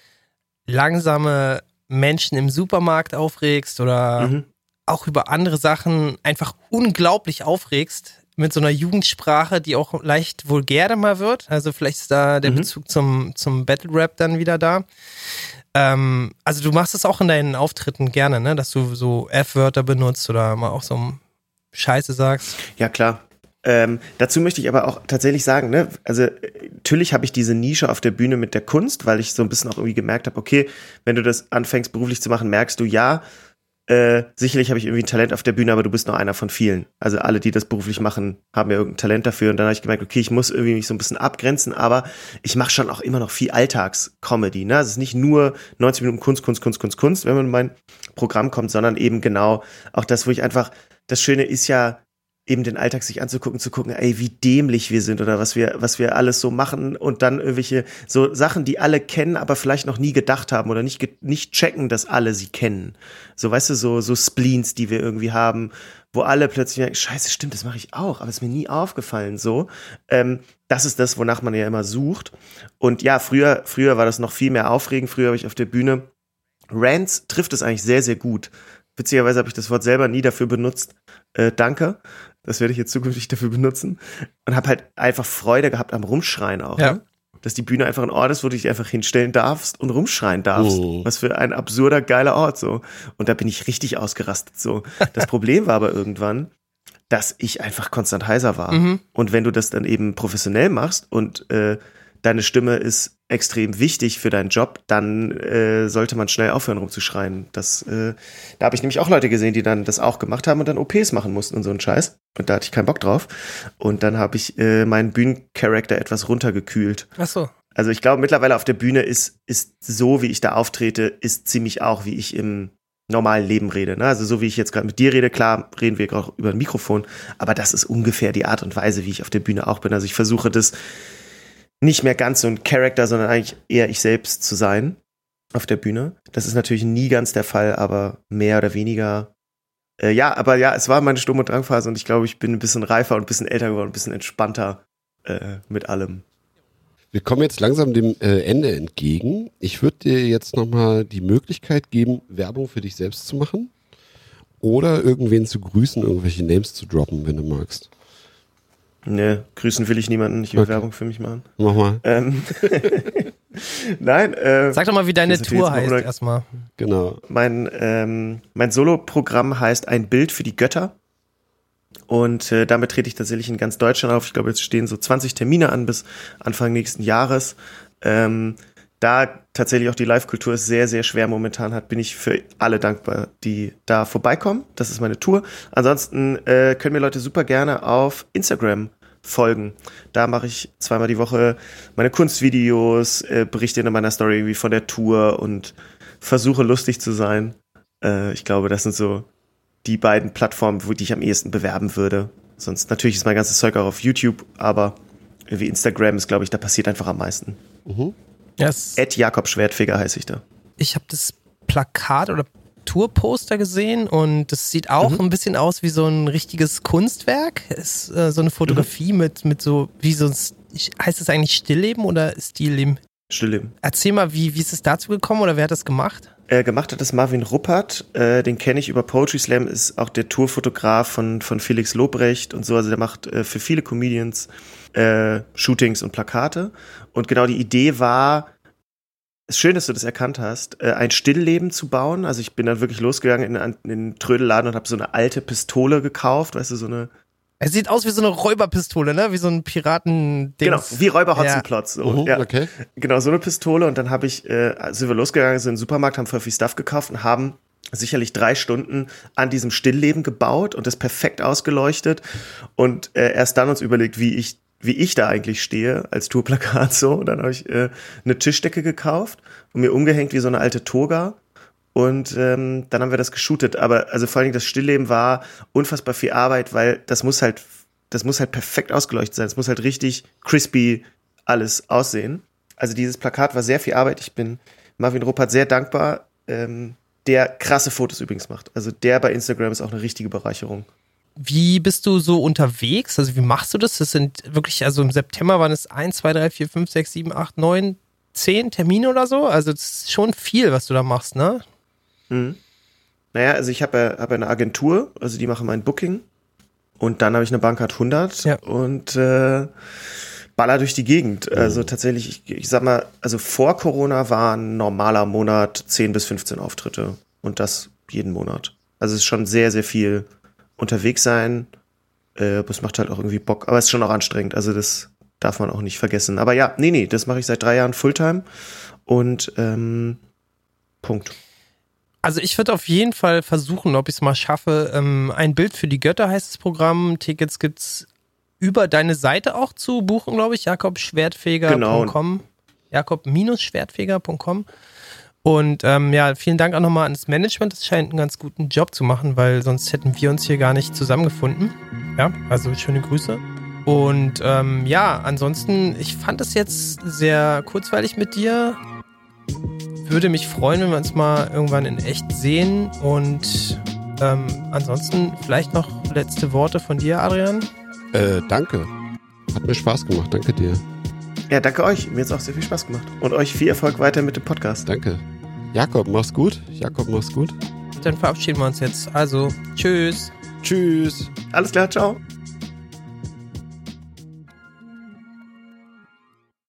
langsame Menschen im Supermarkt aufregst oder mhm. auch über andere Sachen einfach unglaublich aufregst mit so einer Jugendsprache, die auch leicht vulgär mal wird. Also vielleicht ist da der mhm. Bezug zum, zum Battle Rap dann wieder da. Ähm, also du machst es auch in deinen Auftritten gerne, ne? Dass du so F-Wörter benutzt oder mal auch so Scheiße sagst. Ja, klar. Ähm, dazu möchte ich aber auch tatsächlich sagen, ne, also natürlich habe ich diese Nische auf der Bühne mit der Kunst, weil ich so ein bisschen auch irgendwie gemerkt habe, okay, wenn du das anfängst beruflich zu machen, merkst du, ja, äh, sicherlich habe ich irgendwie ein Talent auf der Bühne, aber du bist nur einer von vielen. Also alle, die das beruflich machen, haben ja irgendein Talent dafür und dann habe ich gemerkt, okay, ich muss irgendwie mich so ein bisschen abgrenzen, aber ich mache schon auch immer noch viel Alltagscomedy, ne, also es ist nicht nur neunzig Minuten Kunst, Kunst, Kunst, Kunst, Kunst, wenn man in mein Programm kommt, sondern eben genau auch das, wo ich einfach, das Schöne ist ja, eben den Alltag sich anzugucken, zu gucken, ey, wie dämlich wir sind oder was wir, was wir alles so machen und dann irgendwelche so Sachen, die alle kennen, aber vielleicht noch nie gedacht haben oder nicht, nicht checken, dass alle sie kennen. So, weißt du, so, so Spleens, die wir irgendwie haben, wo alle plötzlich merken, scheiße, stimmt, das mache ich auch, aber ist mir nie aufgefallen, so. Ähm, das ist das, wonach man ja immer sucht. Und ja, früher, früher war das noch viel mehr aufregend. Früher habe ich auf der Bühne Rants trifft es eigentlich sehr, sehr gut. Witzigerweise habe ich das Wort selber nie dafür benutzt. Äh, danke. Das werde ich jetzt zukünftig dafür benutzen. Und habe halt einfach Freude gehabt am Rumschreien auch. Ja. Ne? Dass die Bühne einfach ein Ort ist, wo du dich einfach hinstellen darfst und rumschreien darfst. Oh. Was für ein absurder, geiler Ort so. Und da bin ich richtig ausgerastet so. Das Problem war aber irgendwann, dass ich einfach konstant heiser war. Mhm. Und wenn du das dann eben professionell machst und äh, deine Stimme ist extrem wichtig für deinen Job, dann äh, sollte man schnell aufhören rumzuschreien. Das, äh, da habe ich nämlich auch Leute gesehen, die dann das auch gemacht haben und dann O Ps machen mussten und so einen Scheiß. Und da hatte ich keinen Bock drauf. Und dann habe ich äh, meinen Bühnencharakter etwas runtergekühlt. Ach so. Also ich glaube, mittlerweile auf der Bühne ist, ist so, wie ich da auftrete, ist ziemlich auch, wie ich im normalen Leben rede. Ne? Also so wie ich jetzt gerade mit dir rede, klar, reden wir auch über ein Mikrofon, aber das ist ungefähr die Art und Weise, wie ich auf der Bühne auch bin. Also ich versuche das nicht mehr ganz so ein Charakter, sondern eigentlich eher ich selbst zu sein auf der Bühne. Das ist natürlich nie ganz der Fall, aber mehr oder weniger. Äh, ja, aber ja, es war meine Sturm- und Drangphase und ich glaube, ich bin ein bisschen reifer und ein bisschen älter geworden, ein bisschen entspannter äh, mit allem. Wir kommen jetzt langsam dem äh, Ende entgegen. Ich würde dir jetzt nochmal die Möglichkeit geben, Werbung für dich selbst zu machen oder irgendwen zu grüßen, irgendwelche Names zu droppen, wenn du magst. Ne, grüßen will ich niemanden, ich will okay. Werbung für mich machen. Mach mal. Ähm, Nein. Äh, Sag doch mal, wie deine Tour heißt erstmal. Genau. Mein, ähm, mein Solo-Programm heißt Ein Bild für die Götter. Und äh, damit trete ich tatsächlich in ganz Deutschland auf. Ich glaube, jetzt stehen so zwanzig Termine an bis Anfang nächsten Jahres. Ähm, da tatsächlich auch die Live-Kultur es sehr, sehr schwer momentan hat, bin ich für alle dankbar, die da vorbeikommen. Das ist meine Tour. Ansonsten äh, können mir Leute super gerne auf Instagram folgen. Da mache ich zweimal die Woche meine Kunstvideos, äh, berichte in meiner Story irgendwie von der Tour und versuche lustig zu sein. Äh, ich glaube, das sind so die beiden Plattformen, wo die ich am ehesten bewerben würde. Sonst natürlich ist mein ganzes Zeug auch auf YouTube, aber irgendwie Instagram ist, glaube ich, da passiert einfach am meisten. Mhm. Yes. Ed Jakob Schwertfeger heiße ich da. Ich habe das Plakat oder Tourposter gesehen und das sieht auch mhm. ein bisschen aus wie so ein richtiges Kunstwerk. Ist äh, so eine Fotografie mhm. mit, mit so, wie so ein, heißt es eigentlich Stillleben oder Stilleben? Stillleben. Erzähl mal, wie, wie ist es dazu gekommen oder wer hat das gemacht? Äh, gemacht hat das Marvin Ruppert, äh, den kenne ich über Poetry Slam, ist auch der Tourfotograf von, von Felix Lobrecht und so, also der macht äh, für viele Comedians äh, Shootings und Plakate und genau die Idee war, es ist schön, dass du das erkannt hast, äh, ein Stillleben zu bauen, also ich bin dann wirklich losgegangen in, in den Trödelladen und habe so eine alte Pistole gekauft, weißt du, so eine. Es sieht aus wie so eine Räuberpistole, ne? Wie so ein Piraten-Dings. Genau, wie Räuber Hotzenplotz. Ja. So. Mhm, ja. okay. Genau, so eine Pistole und dann habe ich, äh, sind wir losgegangen, sind in den Supermarkt, haben voll viel Stuff gekauft und haben sicherlich drei Stunden an diesem Stillleben gebaut und das perfekt ausgeleuchtet und äh, erst dann uns überlegt, wie ich wie ich da eigentlich stehe als Tourplakat so. Und dann habe ich äh, eine Tischdecke gekauft und mir umgehängt wie so eine alte Toga. Und ähm, dann haben wir das geshootet. Aber also vor allen Dingen das Stillleben war unfassbar viel Arbeit, weil das muss halt, das muss halt perfekt ausgeleuchtet sein. Es muss halt richtig crispy alles aussehen. Also dieses Plakat war sehr viel Arbeit. Ich bin Marvin Ruppert sehr dankbar, ähm, der krasse Fotos übrigens macht. Also der bei Instagram ist auch eine richtige Bereicherung. Wie bist du so unterwegs? Also wie machst du das? Das sind wirklich, also im September waren es eins, zwei, drei, vier, fünf, sechs, sieben, acht, neun, zehn Termine oder so. Also das ist schon viel, was du da machst, ne? Mhm. Naja, also ich habe ja, hab ja eine Agentur, also die machen mein Booking. Und dann habe ich eine Bankcard hundert ja. und äh, baller durch die Gegend. Also tatsächlich, ich, ich sag mal, also vor Corona war ein normaler Monat zehn bis fünfzehn Auftritte. Und das jeden Monat. Also es ist schon sehr, sehr viel unterwegs sein. Äh, das macht halt auch irgendwie Bock. Aber es ist schon auch anstrengend. Also das darf man auch nicht vergessen. Aber ja, nee, nee, das mache ich seit drei Jahren Fulltime. Und ähm, Punkt. Also ich würde auf jeden Fall versuchen, ob ich es mal schaffe. Ähm, ein Bild für die Götter heißt das Programm. Tickets gibt's über deine Seite auch zu buchen, glaube ich. jakob schwertfeger punkt com. Genau. jakob Schwertfeger punkt com. Und ähm, ja, vielen Dank auch nochmal an das Management. Das scheint einen ganz guten Job zu machen, weil sonst hätten wir uns hier gar nicht zusammengefunden. Ja, also schöne Grüße. Und ähm, ja, ansonsten, ich fand es jetzt sehr kurzweilig mit dir. Würde mich freuen, wenn wir uns mal irgendwann in echt sehen. Und ähm, ansonsten vielleicht noch letzte Worte von dir, Adrian. Äh, danke. Hat mir Spaß gemacht. Danke dir. Ja, danke euch. Mir hat es auch sehr viel Spaß gemacht. Und euch viel Erfolg weiter mit dem Podcast. Danke. Jakob, mach's gut. Jakob, mach's gut. Dann verabschieden wir uns jetzt. Also, tschüss. Tschüss. Alles klar, ciao.